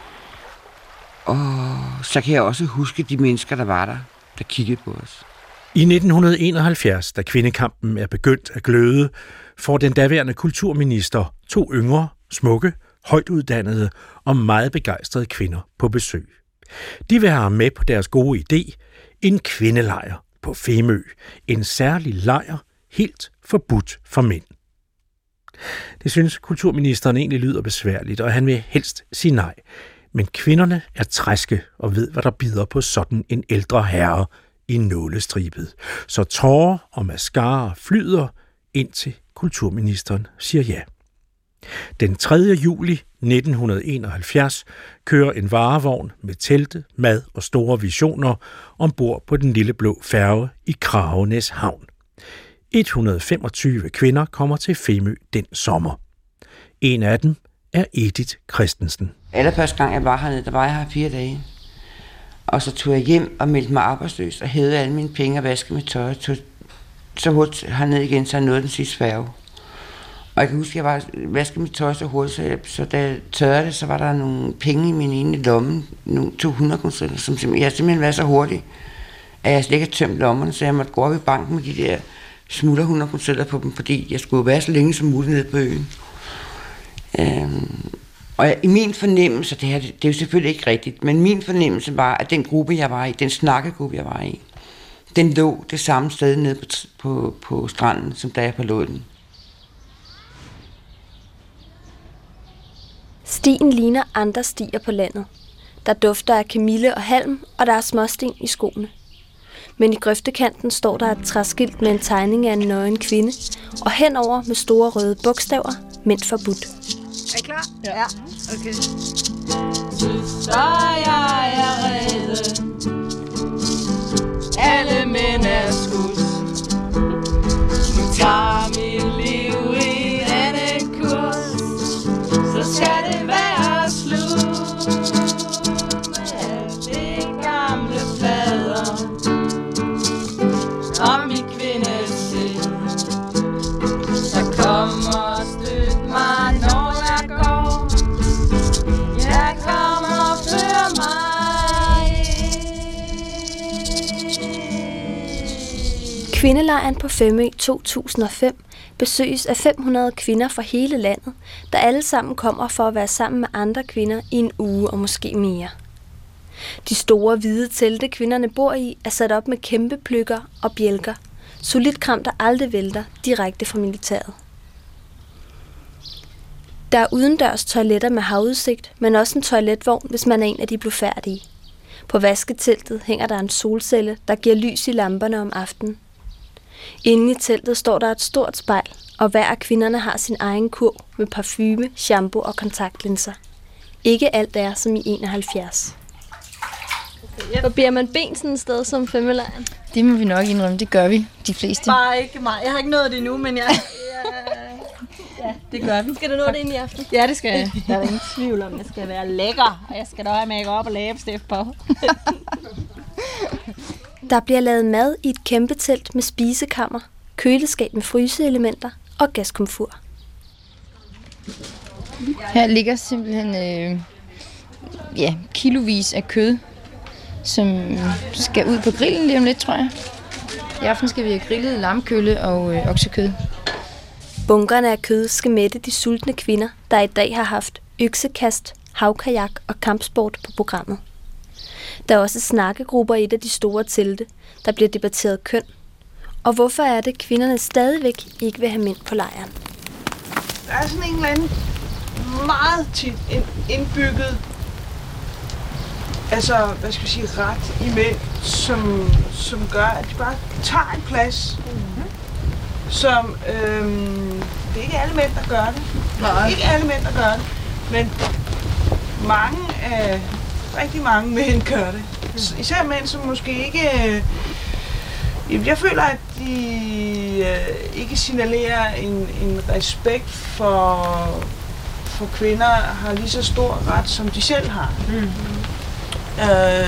Og så kan jeg også huske de mennesker, der var der, der kiggede på os. I nitten enoghalvfjerds, da kvindekampen er begyndt at gløde, får den daværende kulturminister to yngre, smukke, højt uddannede og meget begejstrede kvinder på besøg. De vil have med på deres gode idé, en kvindelejr på Femø. En særlig lejr, helt forbudt for mænd. Det synes kulturministeren egentlig lyder besværligt, og han vil helst sige nej. Men kvinderne er træske og ved, hvad der bider på sådan en ældre herre i nålestribet. Så tårer og mascara flyder, indtil kulturministeren siger ja. Den tredje juli nitten enoghalvfjerds kører en varevogn med telte, mad og store visioner ombord på den lille blå færge i Kragenæs Havn. et hundrede og femogtyve kvinder kommer til Femø den sommer. En af dem er Edith Christensen. Allerførste gang jeg var hernede, der var jeg her fire dage. Og så tog jeg hjem og meldte mig arbejdsløs og hævede alle mine penge og vaskede mit tøj. Tog så hurtigt hernede igen, så jeg nåede den sidste færge. Og jeg kan huske, at jeg var vaskede mit tøj så hurtigt, så, jeg, så da jeg tørrede det, så var der nogle penge i min ene lomme, nogle to hundrede kroner, som simpelthen, jeg simpelthen var så hurtig, at jeg slet ikke havde tømt lommerne, så jeg måtte gå op i banken med de der smutter hundrede kroner på dem, fordi jeg skulle være så længe som muligt nede på øen. Øhm, og jeg, i min fornemmelse, det, her, det er jo selvfølgelig ikke rigtigt, men min fornemmelse var, at den gruppe, jeg var i, den snakkegruppe, jeg var i, den lå det samme sted nede på, på, på stranden, som da jeg forlod den. Stien ligner andre stier på landet. Der dufter af kamille og halm, og der er småsten i skoene. Men i grøftekanten står der et træskilt med en tegning af en nøgen kvinde, og henover med store røde bogstaver, mænd forbudt. Er I klar? Ja. Okay. Så jeg er rede. Alle mænd er skudt. Nu tager mit liv i denne kurs. Så skal det være slut med det gamle fader og mit kvindesind. Så kom og støt mig, når jeg går. Jeg kommer og fører mig. Kvindelejren på Femø to tusind og fem besøges af fem hundrede kvinder fra hele landet, der alle sammen kommer for at være sammen med andre kvinder i en uge og måske mere. De store hvide telte, kvinderne bor i, er sat op med kæmpe pløkker og bjælker. Solidt kram, der aldrig vælter, direkte fra militæret. Der er udendørs toiletter med havudsigt, men også en toiletvogn, hvis man er en af de blufærdige. På vasketeltet hænger der en solcelle, der giver lys i lamperne om aftenen. Inde i teltet står der et stort spejl, og hver af kvinderne har sin egen kurv med parfume, shampoo og kontaktlinser. Ikke alt er som i enoghalvfjerds. Barberer man ben sådan et sted som Femølejren? Det må vi nok indrømme, det gør vi, de fleste. Bare ikke mig. Jeg har ikke nået det endnu, men jeg... ja, det gør vi. Skal du nå det ind i aften? Ja, det skal jeg. Der er ingen tvivl om, det skal være lækker. Og jeg skal da have make-up og læbestift på. Der bliver lavet mad i et kæmpe telt med spisekammer, køleskab med fryseelementer og gaskomfur. Her ligger simpelthen øh, ja, kilovis af kød, som skal ud på grillen lige om lidt, tror jeg. I aften skal vi have grillet lamkølle og øh, oksekød. Bunkerne af kød skal mætte de sultne kvinder, der i dag har haft øksekast, havkajak og kampsport på programmet. Der er også snakkegrupper i et af de store telte, der bliver debatteret køn. Og hvorfor er det, kvinderne stadigvæk ikke vil have mænd på lejren? Der er sådan en eller anden meget tit indbygget, altså, hvad skal vi sige, ret i mænd, som, som gør, at de bare tager en plads. Mm-hmm. Som, øhm, det er ikke alle mænd, der gør det. Nej. Ikke alle mænd, der gør det. Men mange af, rigtig mange mænd gør det. Især mænd, som måske ikke... Øh, jeg føler, at rigtig øh, ikke signalerer en, en respekt for, for kvinder, har lige så stor ret, som de selv har. Mm. Øh,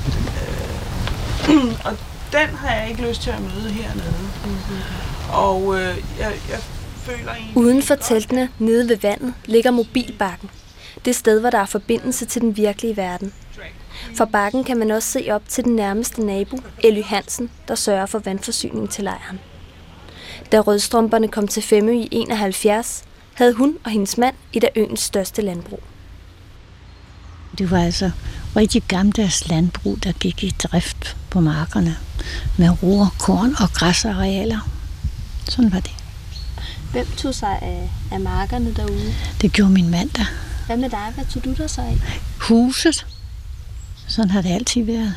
øh, og den har jeg ikke lyst til at møde hernede. Mm-hmm. Og øh, jeg, jeg føler egentlig... Uden for teltene, nede ved vandet, ligger mobilbakken. Det sted, hvor der er forbindelse til den virkelige verden. Fra bakken kan man også se op til den nærmeste nabo, Elly Hansen, der sørger for vandforsyning til lejren. Da rødstrømperne kom til Femø i enoghalvfjerds, havde hun og hendes mand et af øens største landbrug. Det var altså rigtig gammeldags landbrug, der gik i drift på markerne med roer, korn og græsarealer. Sådan var det. Hvem tog sig af, af markerne derude? Det gjorde min mand der. Hvad med dig? Hvad tog du der sig af? Huset. Sådan har det altid været.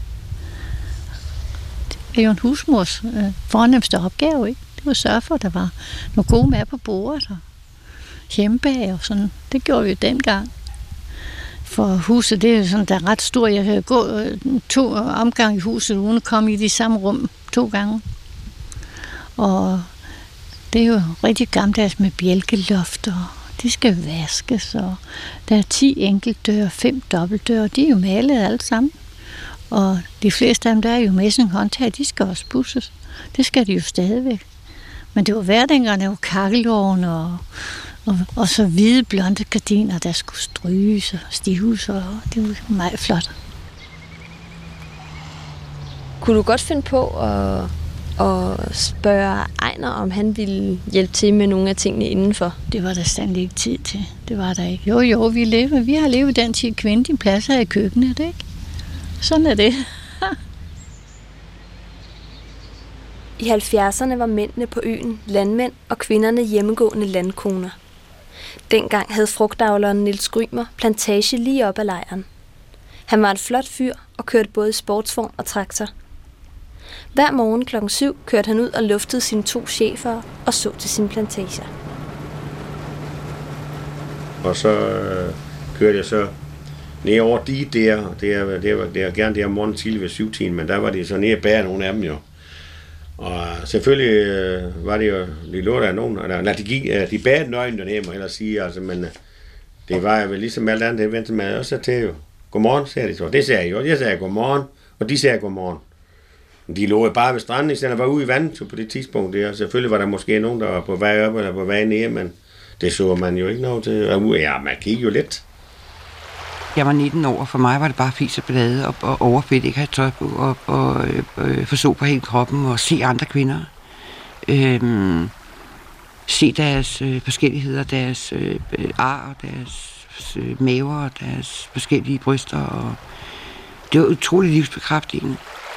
Det er jo en husmors øh, fornemmeste opgave, ikke? Det var at sørge for, at der var nogle gode mad på bordet og hjemmebag og sådan. Det gjorde vi jo dengang. For huset, det er jo sådan, der er ret stort. Jeg kan gå øh, to omgange i huset, uden at komme i de samme rum to gange. Og det er jo rigtig gammeldags med bjælkelofter. De skal vaskes, og der er ti enkeltdøre, fem dobbeltdøre, de er jo malet alle sammen. Og de fleste af dem, der er jo messinghåndtag, de skal også pudses. Det skal de jo stadigvæk. Men det var hver dengang, der var kakkelovn og, og, og så hvide blonde gardiner, der skulle stryges og stives, og det var meget flot. Kunne du godt finde på at, at spørge Ejner, om han ville hjælpe til med nogle af tingene indenfor? Det var der sandelig ikke tid til. Det var der ikke. Jo, jo, vi lever. Vi har levet den tid kvinde, din plads her i køkkenet, ikke? Sådan er det. I halvfjerdserne var mændene på øen landmænd og kvinderne hjemmegående landkoner. Dengang havde frugtavleren Niels Grymer plantage lige op ad lejren. Han var en flot fyr og kørte både sportsvogn og traktor. Hver morgen klokken syv kørte han ud og luftede sine to chefer og så til sin plantager. Og så øh, kørte jeg så ned over de der, det er, det er, det er gerne der morgen tidlig ved syv-tiden, men der var det så nede og bære nogle af dem jo. Og selvfølgelig øh, var det jo, de lå der nogen, eller, nej, de, gik, de bære nøgen dernede, må jeg ellers sige, altså, men det var jo ligesom alt andet, det ventede man også til jo. Godmorgen, sagde de så. Det sagde jeg jo. Jeg sagde godmorgen, og de sagde godmorgen. De lå jo bare ved stranden, i stedet var ude i vandet på det tidspunkt der. Selvfølgelig var der måske nogen, der var på vej op eller på vej ned, men det så man jo ikke noget til. Ja, man kiggede jo lidt. Jeg var nitten år, og for mig var det bare fis og ballade og, og overfedt, ikke have tøj på, og, og øh, forså på hele kroppen og se andre kvinder. Øhm, se deres øh, forskelligheder, deres øh, ar, deres øh, maver og deres forskellige bryster. Og det var utroligt livsbekræftende.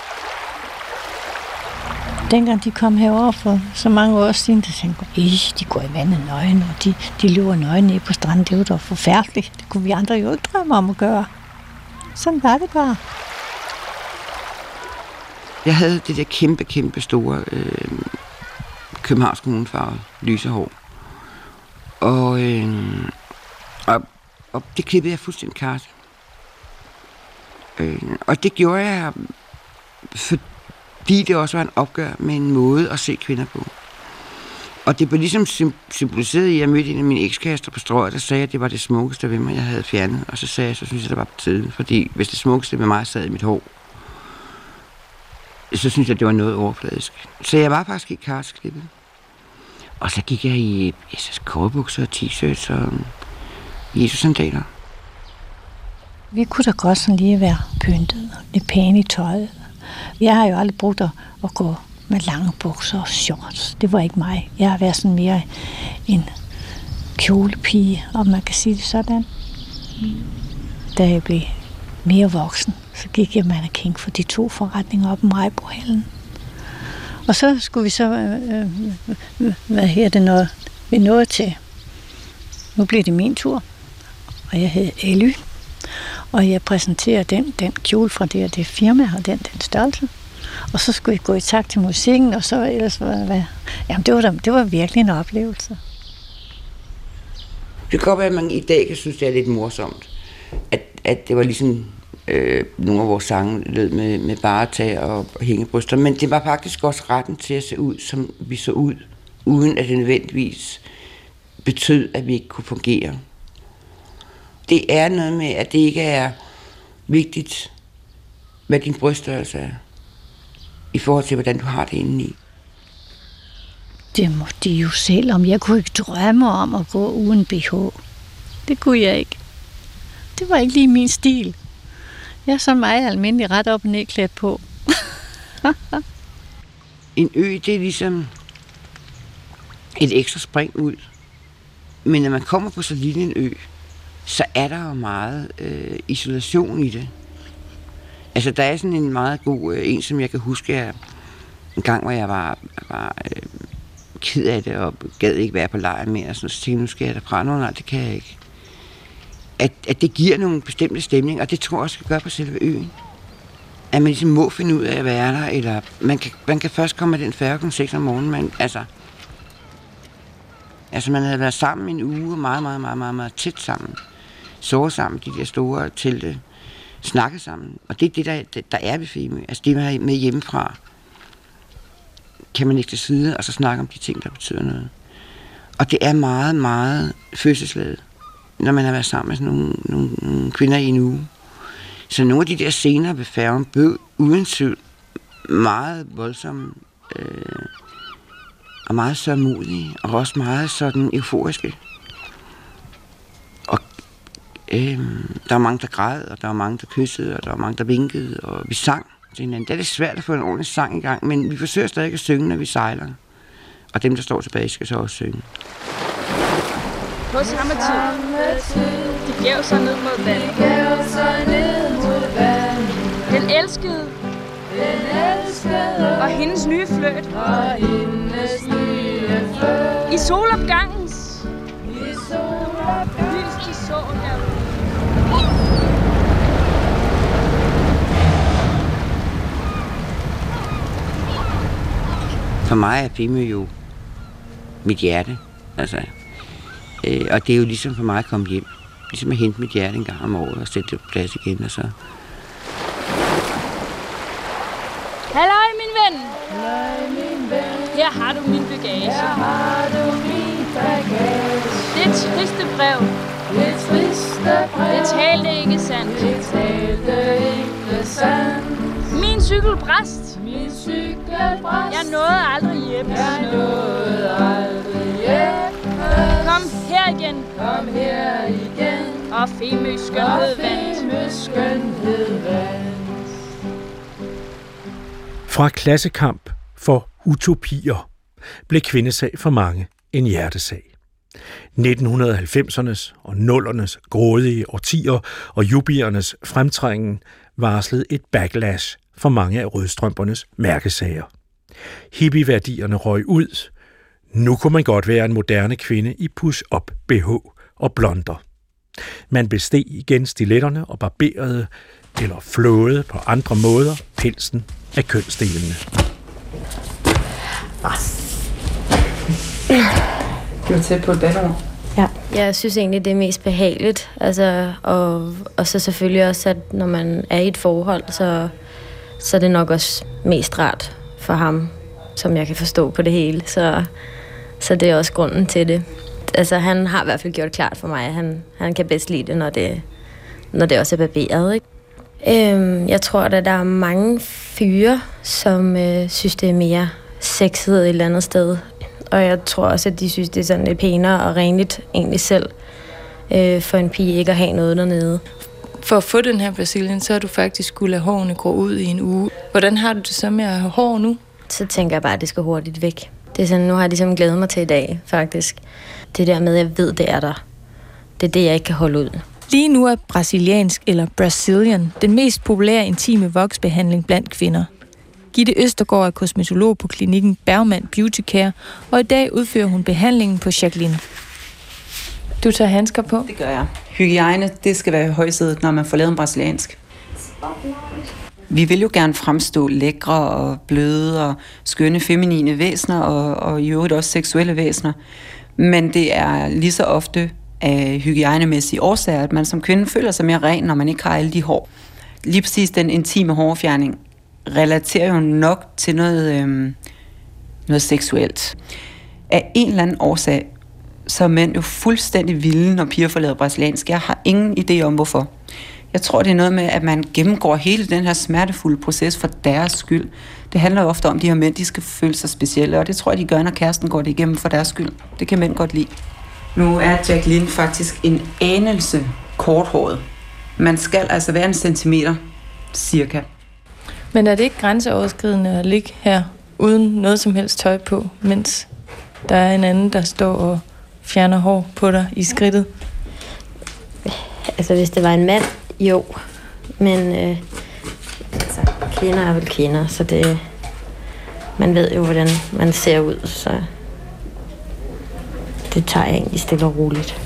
Dengang de kom herover for så mange år siden, der tænkte jeg, de går i vandet nøgen, og de, de løber nøgen ned på stranden. Det var da forfærdeligt. Det kunne vi andre jo ikke drømme om at gøre. Sådan var det bare. Jeg havde det der kæmpe, kæmpe store øh, Københavns Kommunefarve lyse hår. Og, øh, og, og det klippede jeg fuldstændig klart. Øh, og det gjorde jeg for fordi det også var en opgør med en måde at se kvinder på. Og det blev ligesom symboliseret i, at jeg mødte en af mine ekskærester på Strøget, der sagde, at det var det smukkeste ved mig, jeg havde fjernet. Og så sagde jeg, så synes jeg, det var på tide. Fordi hvis det smukkeste ved mig sad i mit hår, så synes jeg, det var noget overfladisk. Så jeg var faktisk ikke karsklippet. Og så gik jeg i S S K-bukser og t-shirts og Jesus-sandaler. Vi kunne da godt sådan lige være pyntet og lidt pæne i tøjet. Jeg har jo aldrig brugt at, at gå med lange bukser og shorts. Det var ikke mig. Jeg har været sådan mere en kjolepige, om man kan sige det sådan. Da jeg blev mere voksen, så gik jeg mannequin for de to forretninger op i Majbrohallen. Og så skulle vi så, øh, øh, hvad her det noget, vi nåede til. Nu blev det min tur, og jeg hed Elly. Og jeg præsenterer den, den kjole fra det og det firma, og den, den størrelse. Og så skulle jeg gå i takt til musikken, og så ellers var hvad? Jamen, det var, det var virkelig en oplevelse. Det kan godt være, at man i dag kan synes, det er lidt morsomt. At, at det var ligesom Øh, nogle af vores sange lød med, med bare tag og, og hængebryster, men det var faktisk også retten til at se ud, som vi så ud, uden at det nødvendigvis betød, at vi ikke kunne fungere. Det er noget med, at det ikke er vigtigt, hvad din bryststørrelse er, i forhold til, hvordan du har det indeni. Det må de jo selv om. Jeg kunne ikke drømme om at gå uden B H. Det kunne jeg ikke. Det var ikke lige min stil. Jeg er så meget almindelig ret op og ned klædt på. En ø, det er ligesom et ekstra spring ud. Men når man kommer på så lille en ø, så er der jo meget øh, isolation i det. Altså, der er sådan en meget god, øh, en som jeg kan huske, jeg, en gang, hvor jeg var, var øh, ked af det, og gad ikke være på lejr mere, og sådan, så tænkte jeg, nu skal jeg derfra. Nå, nej, det kan jeg ikke. At, at det giver nogle bestemte stemninger, og det tror jeg også skal gøre på selve øen. At man ligesom må finde ud af at være der, eller man kan, man kan først komme med den færge klokken seks om morgenen, men altså... Altså, man havde været sammen en uge, meget, meget, meget, meget, meget tæt sammen. Sovet sammen, de der store telte, snakket sammen. Og det er det, der, der er ved Femø. Altså, det man har med hjemmefra, kan man ikke til side, og så snakke om de ting, der betyder noget. Og det er meget, meget følelsesladet, når man har været sammen med sådan nogle, nogle, nogle kvinder i en uge. Så nogle af de der scener ved færgen blev uden tvivl meget voldsomme, øh, og meget sørgmodige, og også meget sådan euforiske. Og øh, der var mange, der græd, og der var mange, der kyssede, og der var mange, der vinkede, og vi sang til hinanden. Det er lidt svært at få en ordentlig sang i gang, men vi forsøger stadig at synge, når vi sejler. Og dem, der står tilbage, skal så også synge. På samme tid, de gav sig ned mod vand. De gav sig ned mod vand. Den elskede, den elskede, og hendes nye fløjt, og hendes nye fløjt. I solopgangens, i solopgangens, lys de så derude. For mig er Femø jo mit hjerte, altså. Øh, og det er jo ligesom for mig at komme hjem. Ligesom at hente mit hjerte en gang om året og sætte det på plads igen, og så... Halløj, min ven! Halløj, min ven! Her har du min bagage. Her har du min bagage. Det er et triste brev. Det er et triste brev. Det talte ikke sandt. Det talte ikke sandt. Min cykel brast. Min cykel brast. Jeg nåede aldrig hjem. Jeg nåede aldrig hjem. Kom her igen. Kom her igen. Og Femøs skønhed vandt. Og Femøs skønhed vandt. Fra klassekamp for utopier blev kvindesag for mange en hjertesag. nitten halvfemsernes og nullernes grådige årtier og jubiernes fremtrængen varslede et backlash for mange af rødstrømpernes mærkesager. Hippieværdierne røg ud. Nu kunne man godt være en moderne kvinde i push-up B H og blonder. Man besteg igen stiletterne og barberede eller flåede på andre måder pelsen af kønsdelene. Det var tæt på et banord. Ja. Jeg synes egentlig, det er mest behageligt. Altså, og, og så selvfølgelig også, at når man er i et forhold, så, så er det nok også mest rart for ham, som jeg kan forstå på det hele. Så, så det er også grunden til det. Altså, han har i hvert fald gjort klart for mig, at han, han kan bedst lide det, når det, når det også er barberet, ikke? Øhm, jeg tror, at der er mange fyre, som øh, synes, det er mere sexet et eller andet sted. Og jeg tror også, at de synes, det er sådan lidt pænere og renligt egentlig selv, øh, for en pige ikke at have noget dernede. For at få den her Brasilien, så har du faktisk skulle lade hårene gro ud i en uge. Hvordan har du det så med at have hår nu? Så tænker jeg bare, at det skal hurtigt væk. Det er sådan, nu har jeg ligesom glædet mig til i dag, faktisk. Det der med, at jeg ved, det er der. Det er det, jeg ikke kan holde ud. Lige nu er brasiliansk eller Brazilian den mest populære intime voksbehandling blandt kvinder. Gitte Østergaard er kosmetolog på klinikken Bergman Beauty Care, og i dag udfører hun behandlingen på Jacqueline. Du tager handsker på? Det gør jeg. Hygiejne, det skal være højsædet, når man får lavet en brasiliansk. Vi vil jo gerne fremstå lækre og bløde og skønne feminine væsener, og, og i øvrigt også seksuelle væsener. Men det er lige så ofte af hygiejnemæssige årsager, at man som kvinde føler sig mere ren, når man ikke har alle de hår. lige præcis den intime hårfjerning relaterer jo nok til noget, øhm, noget seksuelt. Af en eller anden årsag, så er mænd jo fuldstændig vilde, når piger får lavet brasiliansk. Jeg har ingen idé om, hvorfor. Jeg tror, det er noget med, at man gennemgår hele den her smertefulde proces for deres skyld. Det handler jo ofte om, at de her mænd, de skal føle sig specielle, og det tror jeg, de gør, når kæresten går det igennem for deres skyld. Det kan mænd godt lide. Nu er Jacqueline faktisk en anelse korthåret. Man skal altså være en centimeter, cirka. Men er det ikke grænseoverskridende at ligge her, uden noget som helst tøj på, mens der er en anden, der står og fjerner hår på dig i skridtet? Altså, hvis det var en mand, jo. Men øh, altså, kvinder er vel kvinder, så det, man ved jo, hvordan man ser ud, så det tager jeg egentlig stille og roligt.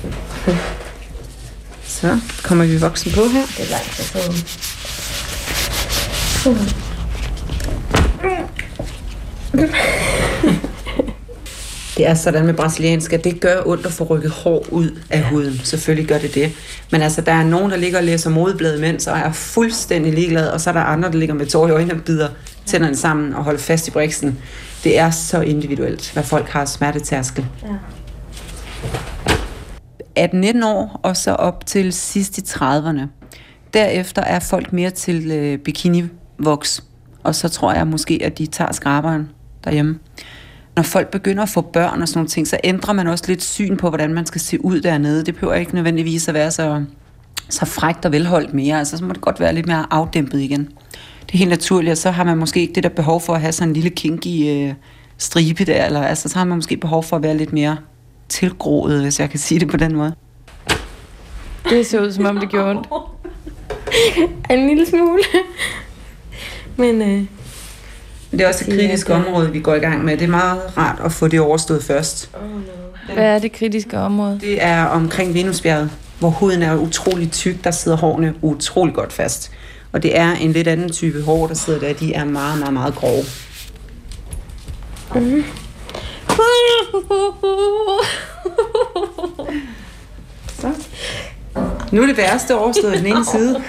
Så kommer vi voksen på her. Det er langt at få. Det er sådan med brasiliansk, at det gør ondt at få rykket hår ud af huden. Selvfølgelig gør det det. Men altså, der er nogen, der ligger og læser modebladet imens, og er fuldstændig ligeglade, og så er der andre, der ligger med tår i øjnene og bider tænderne sammen og holder fast i briksen. Det er så individuelt, hvad folk har smertetærskel. Ja. atten nitten år, og så op til sidst i trediverne. Derefter er folk mere til øh, bikini-voks, og så tror jeg måske, at de tager skraberen derhjemme. Når folk begynder at få børn og sådan nogle ting, så ændrer man også lidt syn på, hvordan man skal se ud dernede. Det behøver ikke nødvendigvis at være så, så frækt og velholdt mere. Altså, så må det godt være lidt mere afdæmpet igen. Det er helt naturligt, og så har man måske ikke det der behov for at have sådan en lille kinky øh, stribe der, eller altså, så har man måske behov for at være lidt mere tilgroet, hvis jeg kan sige det på den måde. Det så ud, som om det gjorde ondt. En lille smule. Men øh, det er også et kritisk område, vi går i gang med. Det er meget rart at få det overstået først. Oh, no. Hvad er det kritiske område? Det er omkring Venusbjerget, hvor huden er utrolig tyk. Der sidder hårene utrolig godt fast. Og det er en lidt anden type hår, der sidder der. De er meget, meget, meget grove. Mm. Så. Nu er det værste overstået den ene side.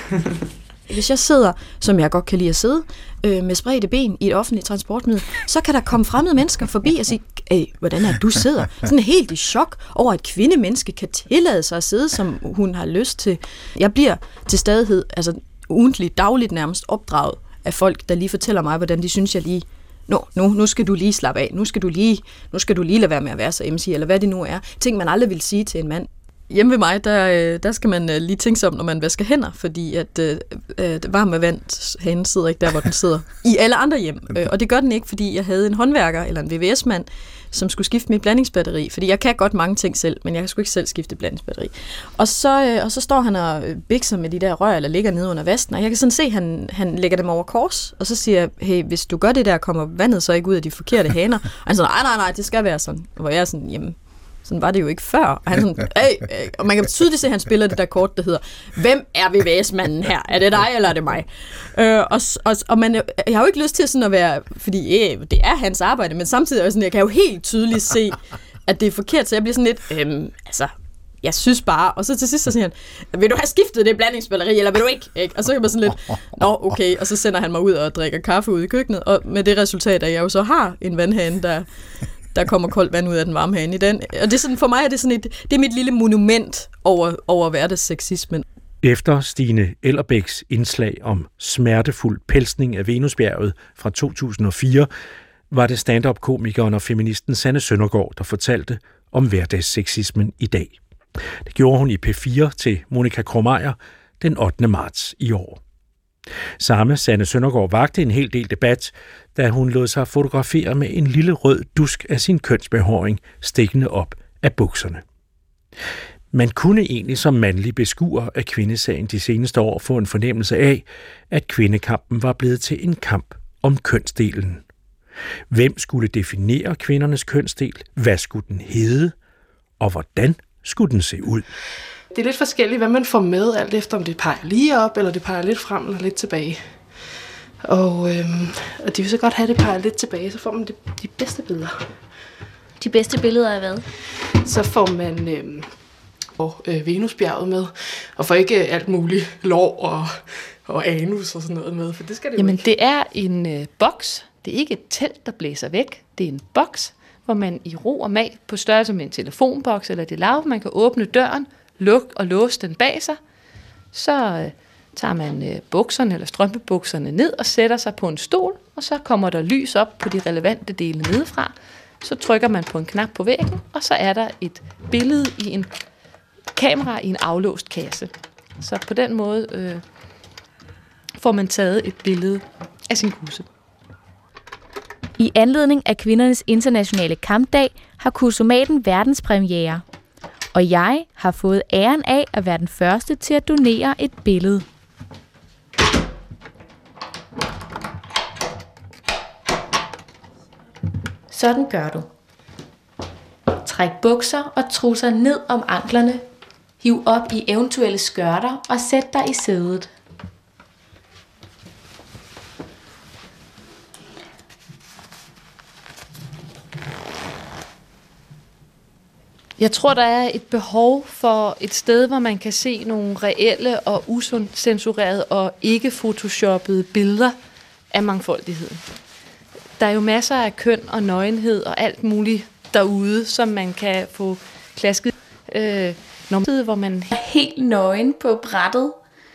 Hvis jeg sidder, som jeg godt kan lide at sidde, øh, med spredte ben i et offentligt transportmiddel, så kan der komme fremmede mennesker forbi og sige, Æh, hvordan er det, du sidder? Sådan helt i chok over, at kvindemenneske kan tillade sig at sidde, som hun har lyst til. Jeg bliver til stadighed, altså ugentligt, dagligt nærmest opdraget af folk, der lige fortæller mig, hvordan de synes, jeg lige Nå, nu, nu skal du lige slappe af, nu skal du lige, nu skal du lige lade være med at være så emsig, eller hvad det nu er. Ting, man aldrig vil sige til en mand. Hjemme ved mig, der, der skal man lige tænke sig om, når man vasker hænder, fordi at øh, varme vand, hanen sidder ikke der, hvor den sidder i alle andre hjem. Og det gør den ikke, fordi jeg havde en håndværker eller en V V S-mand, som skulle skifte mit blandingsbatteri, fordi jeg kan godt mange ting selv, men jeg kan sgu ikke selv skifte blandingsbatteri. Og så, øh, og så står han og bikser med de der rør, eller ligger nede under vasken, og jeg kan sådan se, at han, han lægger dem over kors, og så siger jeg, hey, hvis du gør det der, kommer vandet så ikke ud af de forkerte haner? Og han siger, nej, nej, nej, det skal være sådan. Hvor jeg er sådan, jamen, sådan var det jo ikke før. Og han sådan, hey, hey. Og man kan tydeligt se, at han spiller det der kort, der hedder, hvem er V V S-manden her? Er det dig, eller er det mig? Øh, og og, og man, jeg har jo ikke lyst til sådan at være, fordi øh, det er hans arbejde, men samtidig er jeg sådan, jeg kan jo helt tydeligt se, at det er forkert, så jeg bliver sådan lidt, øhm, altså, jeg synes bare, og så til sidst så siger han, vil du have skiftet det blandingsbatteri, eller vil du ikke? ikke? Og så kan man sådan lidt, nå okay, og så sender han mig ud og drikker kaffe ude i køkkenet, og med det resultat, at jeg jo så har en vandhane, der der kommer koldt vand ud af den varme hane i den. Og det er sådan, for mig er det sådan et, det er mit lille monument over, over hverdagssexismen. Efter Stine Ellerbæks indslag om smertefuld pelsning af Venusbjerget fra to tusind og fire, var det stand-up-komikeren og feministen Sanne Søndergaard, der fortalte om hverdagssexismen i dag. Det gjorde hun i P fire til Monica Krummeyer den ottende marts i år. Samme Sanne Søndergaard vagte en hel del debat, da hun lod sig fotografere med en lille rød dusk af sin kønsbehåring stikkende op af bukserne. Man kunne egentlig som mandlig beskuer af kvindesagen de seneste år få en fornemmelse af, at kvindekampen var blevet til en kamp om kønsdelen. Hvem skulle definere kvindernes kønsdel? Hvad skulle den hedde? Og hvordan skulle den se ud? Det er lidt forskelligt, hvad man får med, alt efter om det peger lige op, eller det peger lidt frem eller lidt tilbage. Og, øhm, og de vil så godt have, det peger lidt tilbage, så får man de, de bedste billeder. De bedste billeder af hvad? Så får man øhm, og, øh, Venusbjerget med, og får ikke alt muligt lår og, og anus og sådan noget med, for det skal det jo Jamen, ikke. det er en øh, boks. Det er ikke et telt, der blæser væk. Det er en boks, hvor man i ro og mag på størrelse med en telefonboks eller det lav, man kan åbne døren, lukke og låse den bag sig. Så øh, tager man øh, bukserne eller strømpebukserne ned og sætter sig på en stol, og så kommer der lys op på de relevante dele nedefra. Så trykker man på en knap på væggen, og så er der et billede i en kamera i en aflåst kasse. Så på den måde øh, får man taget et billede af sin kusse. I anledning af kvindernes internationale kampdag har Kursomaten verdenspremiere. Og jeg har fået æren af at være den første til at donere et billede. Sådan gør du. Træk bukser og trusser ned om anklerne. Hiv op i eventuelle skørter og sæt dig i sædet. Jeg tror, der er et behov for et sted, hvor man kan se nogle reelle og usensurerede og ikke photoshoppede billeder af mangfoldigheden. Der er jo masser af køn og nøgenhed og alt muligt derude, som man kan få klasket. Øh, når, hvor man er helt nøgen på brættet.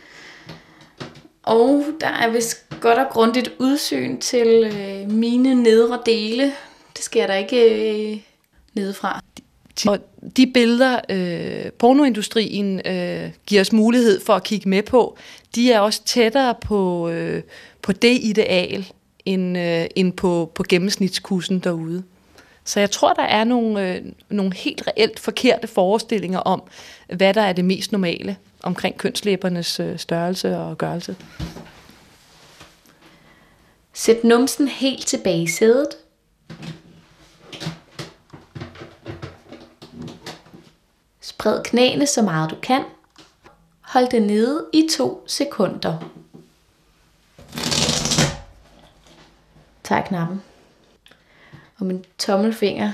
Og der er vist godt og grundigt udsyn til øh, mine nedre dele. Det sker der ikke øh, nedefra. Og de billeder, øh, pornoindustrien øh, giver os mulighed for at kigge med på, de er også tættere på, øh, på det ideal, end, øh, end på, på gennemsnitskussen derude. Så jeg tror, der er nogle, øh, nogle helt reelt forkerte forestillinger om, hvad der er det mest normale omkring kønslæbernes øh, størrelse og gørelse. Sæt numsen helt tilbage i sædet. Spred knæene så meget du kan. Hold det nede i to sekunder. Tag knappen. Og min tommelfinger,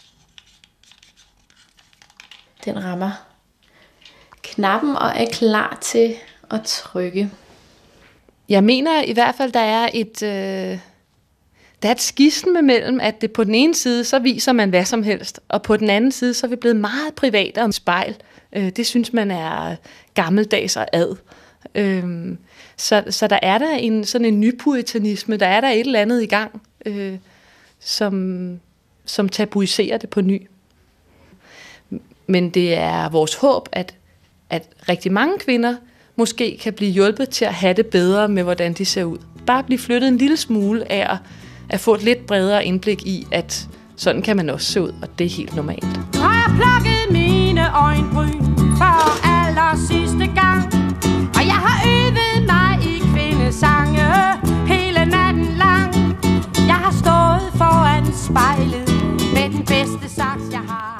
den rammer knappen og er klar til at trykke. Jeg mener i hvert fald, der er et, øh, der er et skisme mellem, at det på den ene side, så viser man hvad som helst, og på den anden side, så er vi blevet meget private om spejl. Øh, det synes man er gammeldags og ad. Øh, så, så der er der en, sådan en nypuritanisme, der er der et eller andet i gang, øh, som, som tabuiserer det på ny. Men det er vores håb, at, at rigtig mange kvinder måske kan blive hjulpet til at have det bedre med, hvordan de ser ud. Bare blive flyttet en lille smule af at, at få et lidt bredere indblik i, at sådan kan man også se ud, og det er helt normalt. Har jeg plukket mine øjenbryn for aller sidste gang, og jeg har øvet mig i kvindesange hele natten lang. Jeg har stået foran spejlet med den bedste saks, jeg har.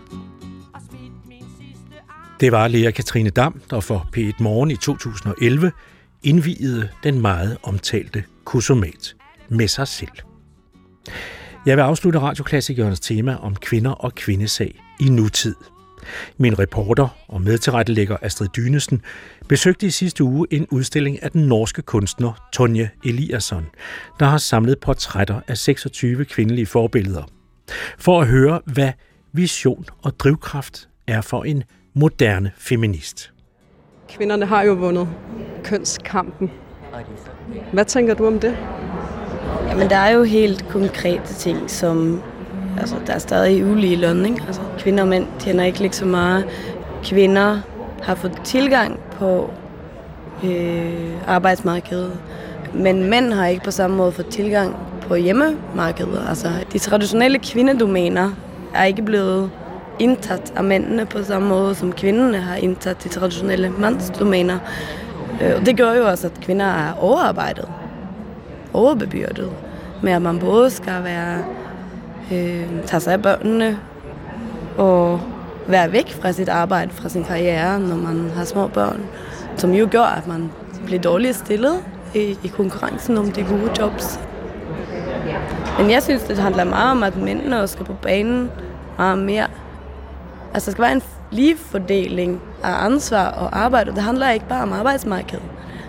Det var Lea Katrine Dam, der for P et Morgen i to tusind og elleve indviede den meget omtalte Kursomat med sig selv. Jeg vil afslutte Radioklassikernes tema om kvinder og kvindesag i nutid. Min reporter og medtilrettelægger Astrid Dynesen besøgte i sidste uge en udstilling af den norske kunstner Tonje Eliasson, der har samlet portrætter af seksogtyve kvindelige forbilleder. For at høre, hvad vision og drivkraft er for en moderne feminist. Kvinderne har jo vundet kønskampen. Hvad tænker du om det? Jamen, der er jo helt konkrete ting, som altså, der er stadig ulige løn, ikke? Altså, kvinder og mænd tjener ikke lige så meget. Kvinder har fået tilgang på øh, arbejdsmarkedet, men mænd har ikke på samme måde fået tilgang på hjemmemarkedet. Altså, de traditionelle kvindedomæner er ikke blevet indtaget af mændene på samme måde, som kvinderne har indtaget de traditionelle mandsdomæner. Og det gør jo også, at kvinder er overarbejdet, overbebyrdet, med at man både skal være, øh, tage sig af børnene og være væk fra sit arbejde, fra sin karriere, når man har små børn, som jo gør, at man bliver dårligt stillet i, i konkurrencen om de gode jobs. Men jeg synes, det handler meget om, at mændene også skal på banen meget mere. Altså, der skal være en lige fordeling af ansvar og arbejde, og det handler ikke bare om arbejdsmarkedet.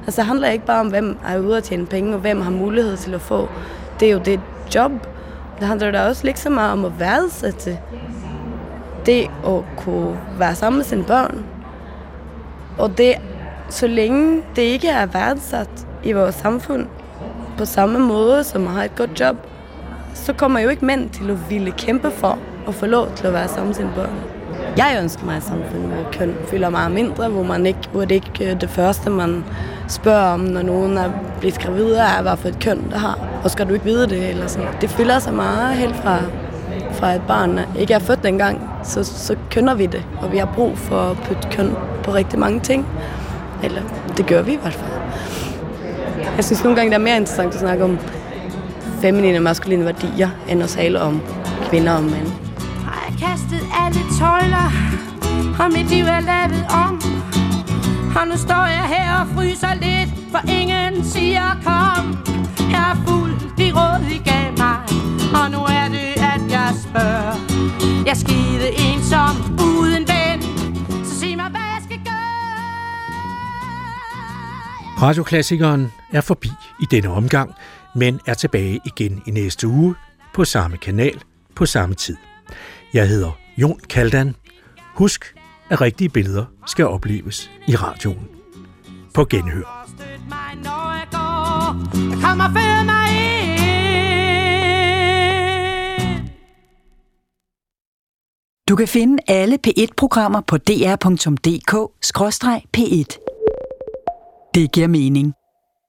Altså det handler ikke bare om, hvem er ude at tjene penge, og hvem har mulighed til at få. Det er jo det job. Det handler da også lige så meget om at værdsætte det at kunne være sammen med sine børn. Og det, så længe det ikke er værdsat i vores samfund på samme måde, som at have et godt job, så kommer jo ikke mænd til at ville kæmpe for at få lov til at være sammen med sine børn. Jeg ønsker mig et samfund, hvor køn fylder meget mindre, hvor, man ikke, hvor det ikke er det første, man spørger om, når nogen er blevet gravid, er, hvad for et køn der har. Og skal du ikke vide det? Eller sådan. Det fylder så meget helt fra, fra et barn ikke er født dengang, så, så kønner vi det. Og vi har brug for at putte køn på rigtig mange ting. Eller det gør vi i hvert fald. Jeg synes nogle gange, det er mere interessant at snakke om feminine og maskuline værdier, end at tale om kvinder og mænd. Har jeg kastet alle tøjler, og mit liv er lavet om. Og nu står jeg her og fryser lidt, for ingen siger kom. Jeg er fuld de råd, I gav mig, og nu er det, at jeg spørger. Jeg er skide ensom, uden ven, så sig mig, hvad jeg skal gøre. Radioklassikeren er forbi i denne omgang, men er tilbage igen i næste uge på samme kanal på samme tid. Jeg hedder Jon Kaldan. Husk, at rigtige billeder skal opleves i radioen. På genhør. Du kan finde alle P et-programmer på d r punktum d k skråstreg p et. Det giver mening.